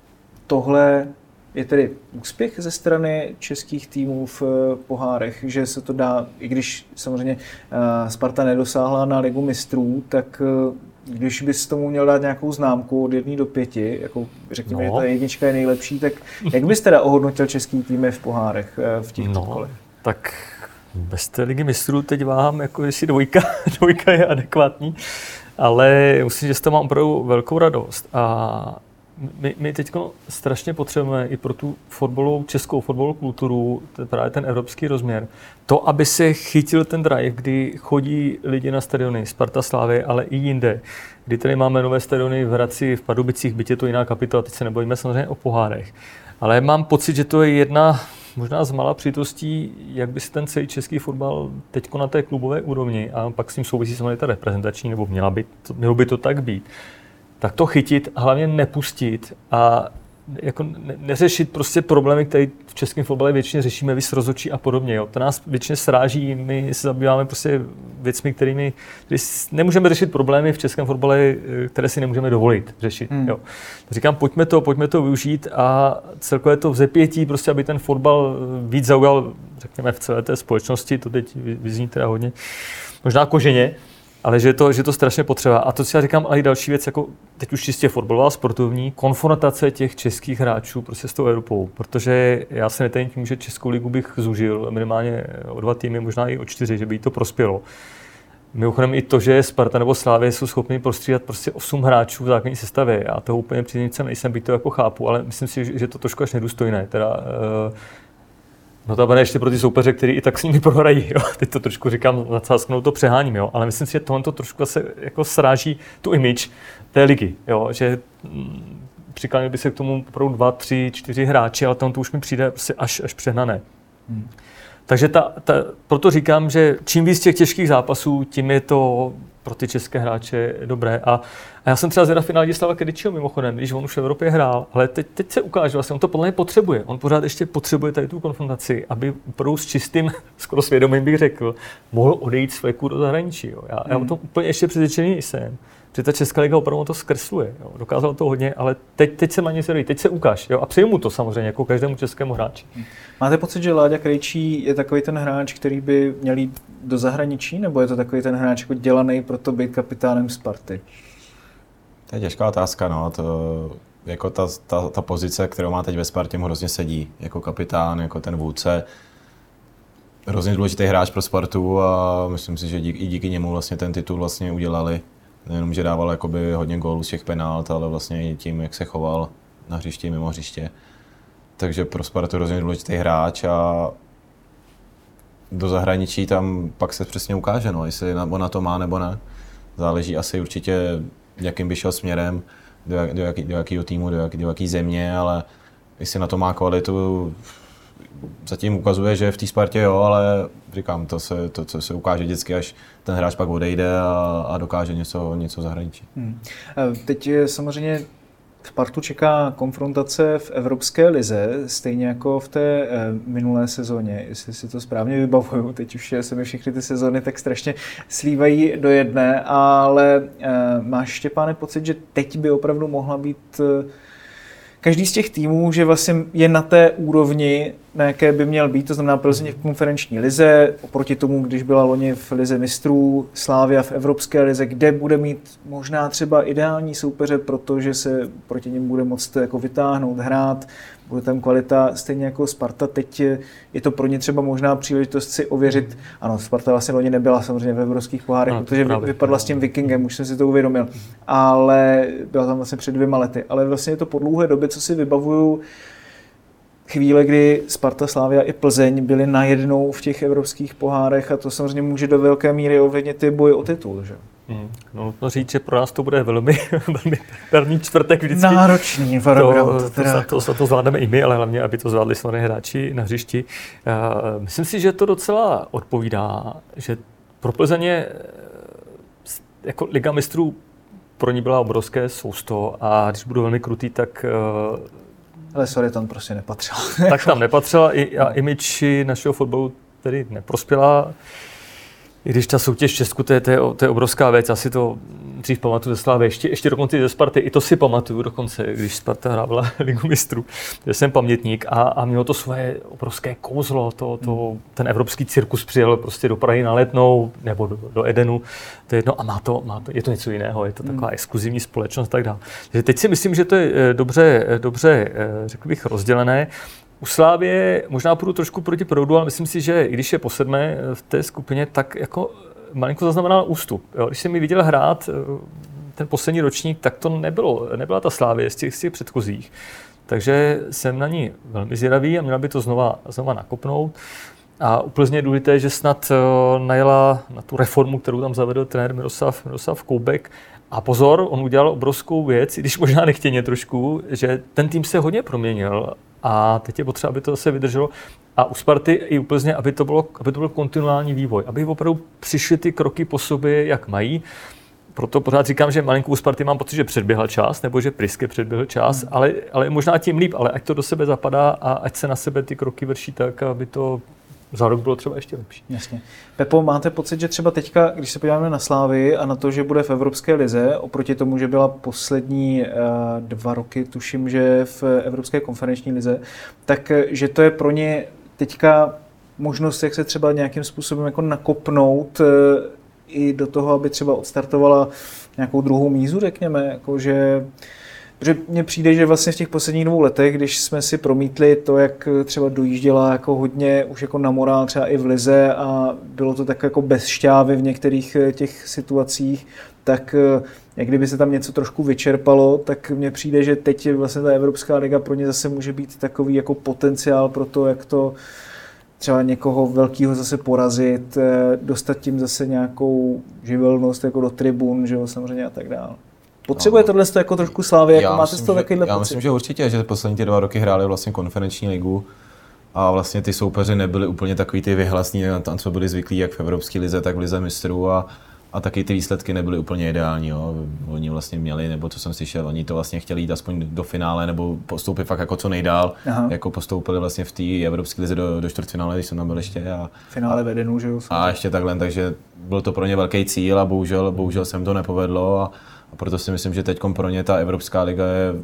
tohle je tedy úspěch ze strany českých týmů v pohárech, že se to dá, i když samozřejmě Sparta nedosáhla na Ligu mistrů, tak když bys tomu měl dát nějakou známku od 1 do 5, jako řekněme, že ta 1 je nejlepší, tak jak bys teda ohodnotil český týmy v pohárech v těch kolech? Tak bez té Ligy mistrů teď váhám, jako jestli dvojka je adekvátní, ale musím, že z toho mám opravdu velkou radost a my teď strašně potřebujeme i pro tu českou fotbalovou kulturu, právě ten evropský rozměr, to, aby se chytil ten drive, kdy chodí lidi na stadiony Sparta, Slávy, ale i jinde, kdy tady máme nové stadiony v Hradci, v Pardubicích, byť je to jiná kapitola, teď se nebojíme samozřejmě o pohárech. Ale mám pocit, že to je jedna možná z mála příležitostí, jak by se ten celý český fotbal teď na té klubové úrovni, a pak s tím souvisí samozřejmě ta reprezentační, nebo mělo by to tak být, tak to chytit, hlavně nepustit a jako neřešit prostě problémy, které v českém fotbale většině řešíme, vys rozhodčí a podobně. Jo. To nás většině sráží, my se zabýváme prostě věcmi, kterými nemůžeme řešit problémy v českém fotbale, které si nemůžeme dovolit řešit. Jo. Říkám, pojďme to využít a celkově to vzepětí, prostě, aby ten fotbal víc zaujal, řekněme, v celé té společnosti, to teď vyzní teda hodně, možná koženě, ale že je to strašně potřeba. A to si já říkám, ale i další věc, jako teď už čistě fotbalová, sportovní, konfrontace těch českých hráčů prostě s tou Evropou. Protože já se netajím tím, že Českou ligu bych zužil minimálně o 2 týmy, možná i o 4, že by jí to prospělo. Mimochodem i to, že Sparta nebo Slávě jsou schopni prostřídat prostě 8 hráčů v základní sestavě. Já toho úplně příznivcem nejsem, byť to jako chápu, ale myslím si, že to trošku až nedůstojné. Teda, notabene ještě pro ty soupeře, kteří i tak s nimi prohrají. Jo. Teď to trošku říkám, nadsázknou to přeháním, jo. Ale myslím si, že tohle to trošku se jako sráží tu image té ligy. Jo. Že přiklánil by se k tomu opravdu 2, 3, 4 hráči, ale to už mi přijde prostě až přehnané. Takže proto říkám, že čím víc těch těžkých zápasů, tím je to pro ty české hráče dobré. A já jsem třeba zvědav finále Ladislava Kedičího mimochodem, když on už v Evropě hrál, ale teď se ukáže, vlastně on to podle mě potřebuje. On pořád ještě potřebuje tady tu konfrontaci, aby opravdu s čistým, skoro svědomím bych řekl, mohl odejít z fleku do zahraničí. Jo. Já o tom úplně ještě přesvědčený nejsem. Protože ta Česká liga opravdu to zkresluje. Jo. Dokázal to hodně, ale teď se má něco teď se ukáž. Jo. A přeju mu to samozřejmě, jako každému českému hráči. Máte pocit, že Láďa Krejčí je takový ten hráč, který by měl jít do zahraničí, nebo je to takový ten hráč jako dělaný pro to být kapitánem Sparty? To je těžká otázka, no. Jako ta pozice, kterou má teď ve Spartě, mu hrozně sedí. Jako kapitán, jako ten vůdce. Hrozně důležitý hráč pro Spartu a myslím si, že i díky němu vlastně ten titul vlastně udělali. Nejenom, že dával jakoby hodně gólů z těch penalt, ale vlastně i tím, jak se choval na hřišti, mimo hřiště. Takže pro Spartu hrozně důležitý hráč a do zahraničí tam pak se přesně ukáže, no, jestli on na to má nebo ne. záleží asi určitě, jakým by šel směrem, do jakého týmu, do jaký země, ale jestli na to má kvalitu, zatím ukazuje, že v té Spartě jo, ale říkám, to se ukáže vždycky, až ten hráč pak odejde a dokáže něco zahraničí. Teď samozřejmě Spartu čeká konfrontace v Evropské lize, stejně jako v té minulé sezóně, jestli si to správně vybavuju. Teď už se mi všechny ty sezóny tak strašně slívají do jedné, ale máš, Štěpáne, pocit, že teď by opravdu mohla být každý z těch týmů, že vlastně je na té úrovni, na jaké by měl být, to znamená Plzeň v konferenční lize, oproti tomu, když byla loni v lize mistrů, Slavia v Evropské lize, kde bude mít možná třeba ideální soupeře, protože se proti něm bude moct jako vytáhnout, hrát, bude tam kvalita, stejně jako Sparta. Teď je to pro ně třeba možná příležitost si ověřit. Ano, Sparta vlastně loni nebyla samozřejmě ve evropských pohárech, protože vypadla s tím Vikingem, už jsem si to uvědomil, ale byla tam vlastně před 2 lety. Ale vlastně je to po dlouhé době, co si vybavuju, chvíle, kdy Sparta, Slavia i Plzeň byly najednou v těch evropských pohárech a to samozřejmě může do velké míry ovlivnit ty boje o titul, že? No, nutno říct, že pro nás to bude velmi první čtvrtek vždycky. Náročný program. To zvládneme i my, ale hlavně, aby to zvládli samozřejmě hráči na hřišti. Myslím si, že to docela odpovídá, že pro Plzeň je jako Liga mistrů pro ní byla obrovské sousto a když budu velmi krutý, tak ale sorry, tam prostě nepatřila. Tak tam nepatřila a image našeho fotbalu tedy neprospěla. I když ta soutěž v Česku, to je obrovská věc, já si to dřív pamatuju ze Slávy, ještě dokonce ze Sparty, i to si pamatuju dokonce, když Sparta hrávala Ligu mistrů, že jsem pamětník a mělo to svoje obrovské kouzlo, ten evropský cirkus přijel prostě do Prahy na Letnou nebo do Edenu, to je jedno a je to něco jiného, je to taková exkluzivní společnost a tak dále. Takže teď si myslím, že to je dobře řekl bych, rozdělené. U Slávie možná půjdu trošku proti proudu, ale myslím si, že i když je po 7. v té skupině, tak jako malinko zaznamenal ústup. Jo, když jsem mi viděl hrát ten poslední ročník, tak to nebyla ta Slávie z těch předchozích. Takže jsem na ní velmi zvědavý a měla by to znova nakopnout. A úplně je důležité, že snad najela na tu reformu, kterou tam zavedl trenér Miroslav Koubek. A pozor, on udělal obrovskou věc, i když možná nechtěně trošku, že ten tým se hodně proměnil a teď je potřeba, aby to zase vydrželo. A u Sparty i u Plzně, aby to byl kontinuální vývoj, aby opravdu přišly ty kroky po sobě, jak mají. Proto pořád říkám, že malinkou u Sparty mám pocit, že předběhla čas, nebo že Priske předběhl čas, ale možná tím líp, ale ať to do sebe zapadá a ať se na sebe ty kroky vrší tak, aby to za rok bylo třeba ještě lepší. Jasně. Pepo, máte pocit, že třeba teďka, když se podíváme na Slávii a na to, že bude v Evropské lize, oproti tomu, že byla poslední 2 roky, tuším, že v Evropské konferenční lize, tak že to je pro ně teďka možnost, jak se třeba nějakým způsobem jako nakopnout i do toho, aby třeba odstartovala nějakou druhou mízu, řekněme, jakože protože mně přijde, že vlastně v těch posledních 2 letech, když jsme si promítli to, jak třeba dojížděla jako hodně už jako na morál třeba i v lize a bylo to tak jako bez šťávy v některých těch situacích, tak jak kdyby se tam něco trošku vyčerpalo, tak mně přijde, že teď vlastně ta Evropská liga pro ně zase může být takový jako potenciál pro to, jak to třeba někoho velkého zase porazit, dostat tím zase nějakou živelnost jako do tribun, že jo, samozřejmě a tak dále. Potřebuje tohle jako trošku Slávy, jako máte z toho takovýhle pocit? Já myslím, že určitě, že poslední ty 2 roky hráli vlastně konferenční ligu a vlastně ty soupeři nebyli úplně takový ty vyhlasní, tam jsme byli zvyklí jak v Evropské lize, tak v lize mistrů a taky ty výsledky nebyly úplně ideální. Jo. Oni vlastně měli, nebo co jsem slyšel, oni to vlastně chtěli jít aspoň do finále nebo postoupit fakt jako co nejdál. Aha. Jako postoupili vlastně v té Evropské lize do čtvrtfinále, když jsem tam byl ještě. Finále vedenu, že jo? A ještě takhle, takže byl to pro ně velký cíl a bohužel se jim to nepovedlo a proto si myslím, že teď pro ně ta Evropská liga je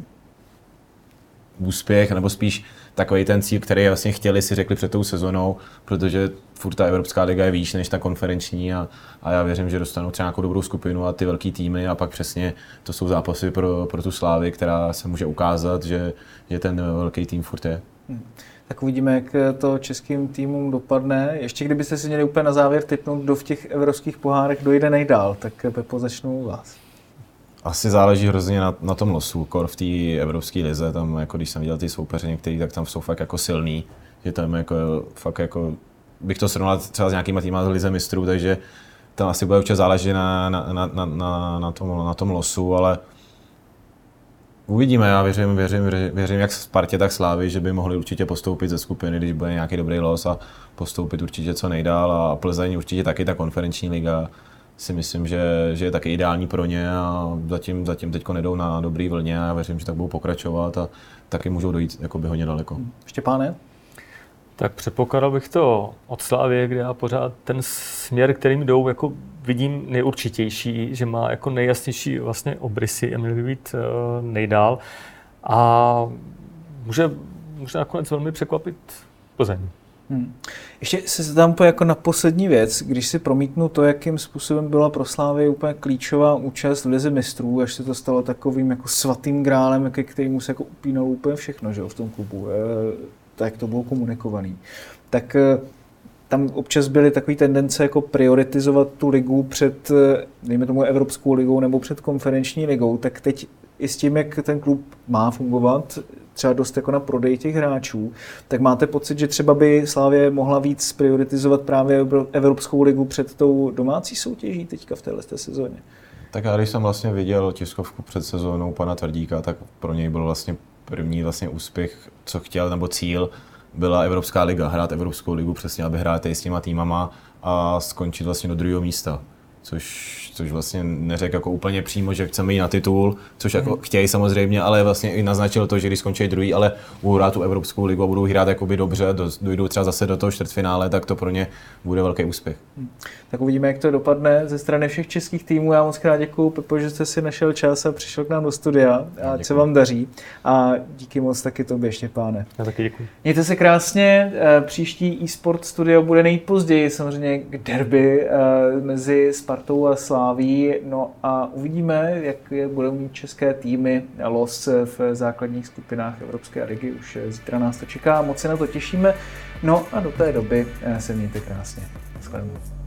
úspěch, nebo spíš takový ten cíl, který vlastně chtěli, si řekli před tou sezonou, protože furt ta Evropská liga je výš než ta konferenční a já věřím, že dostanou třeba nějakou dobrou skupinu a ty velký týmy a pak přesně to jsou zápasy pro tu Slávy, která se může ukázat, že ten velký tým furt je. Tak uvidíme, jak to českým týmům dopadne. Ještě kdybyste si měli úplně na závěr tipnout, kdo v těch evropských pohárech dojde nejdál, tak Pepo, začnu u vás. Asi záleží hrozně na tom losu, kor v té evropské lize, tam jako když jsem viděl ty soupeře některý, tak tam jsou fakt jako silný, že tam jako fakt jako bych to srovnal třeba s nějakýma týma z lize mistrů, takže tam asi bude určitě záležet na tom losu, ale uvidíme, já věřím jak Spartě, tak Slávii, že by mohli určitě postoupit ze skupiny, když bude nějaký dobrý los a postoupit určitě co nejdál a Plzeň určitě taky ta konferenční liga si myslím, že je taky ideální pro ně a zatím teďko nedou na dobrý vlně a já věřím, že tak budou pokračovat a taky můžou dojít jakoby hodně daleko. Štěpáne? Tak předpokládal bych to od Slávie, kde já pořád ten směr, kterým jdou, jako vidím nejurčitější, že má jako nejjasnější vlastně obrysy a měl by být nejdál. A může nakonec velmi překvapit Plzeň. Ještě se zadám jako na poslední věc, když si promítnu to, jakým způsobem byla pro Slávii úplně klíčová účast v Lize mistrů, až se to stalo takovým jako svatým grálem, ke kterému se jako upínalo úplně všechno, že, v tom klubu, tak to bylo komunikovaný. Tak tam občas byly takové tendence jako prioritizovat tu ligu před, dejme tomu, Evropskou ligou nebo před konferenční ligou, tak teď i s tím, jak ten klub má fungovat, třeba dost jako na prodej těch hráčů, tak máte pocit, že třeba by Slavie mohla víc prioritizovat právě Evropskou ligu před tou domácí soutěží teďka v této sezóně? Tak já když jsem vlastně viděl tiskovku před sezónou pana Tvrdíka, tak pro něj byl vlastně první vlastně úspěch, co chtěl, nebo cíl, byla Evropská liga, hrát Evropskou ligu přesně, aby hrát s těma týmama a skončit vlastně do druhého místa. Což vlastně neřekl jako úplně přímo, že chceme jít na titul, což jako chtějí samozřejmě, ale vlastně i naznačil to, že když skončí druhý, ale budou hrát tu Evropskou ligu a budou hrát jakoby dobře, dojdou třeba zase do toho čtvrtfinále, tak to pro ně bude velký úspěch. Tak uvidíme, jak to dopadne ze strany všech českých týmů. Já moc krát děkuju, Pepo, že jste si našel čas a přišel k nám do studia. A ať se vám daří. A díky moc taky tobě, Štěpáne. Já taky děkuji. Mějte se krásně. Příští eSport studio bude nejpozději samozřejmě k derby mezi Spartou a Slavií. No a uvidíme, jak budou mít české týmy los v základních skupinách Evropské ligy. Už zítra nás to čeká, moc se na to těšíme. No a do té doby se mějte krásně. Shledanou.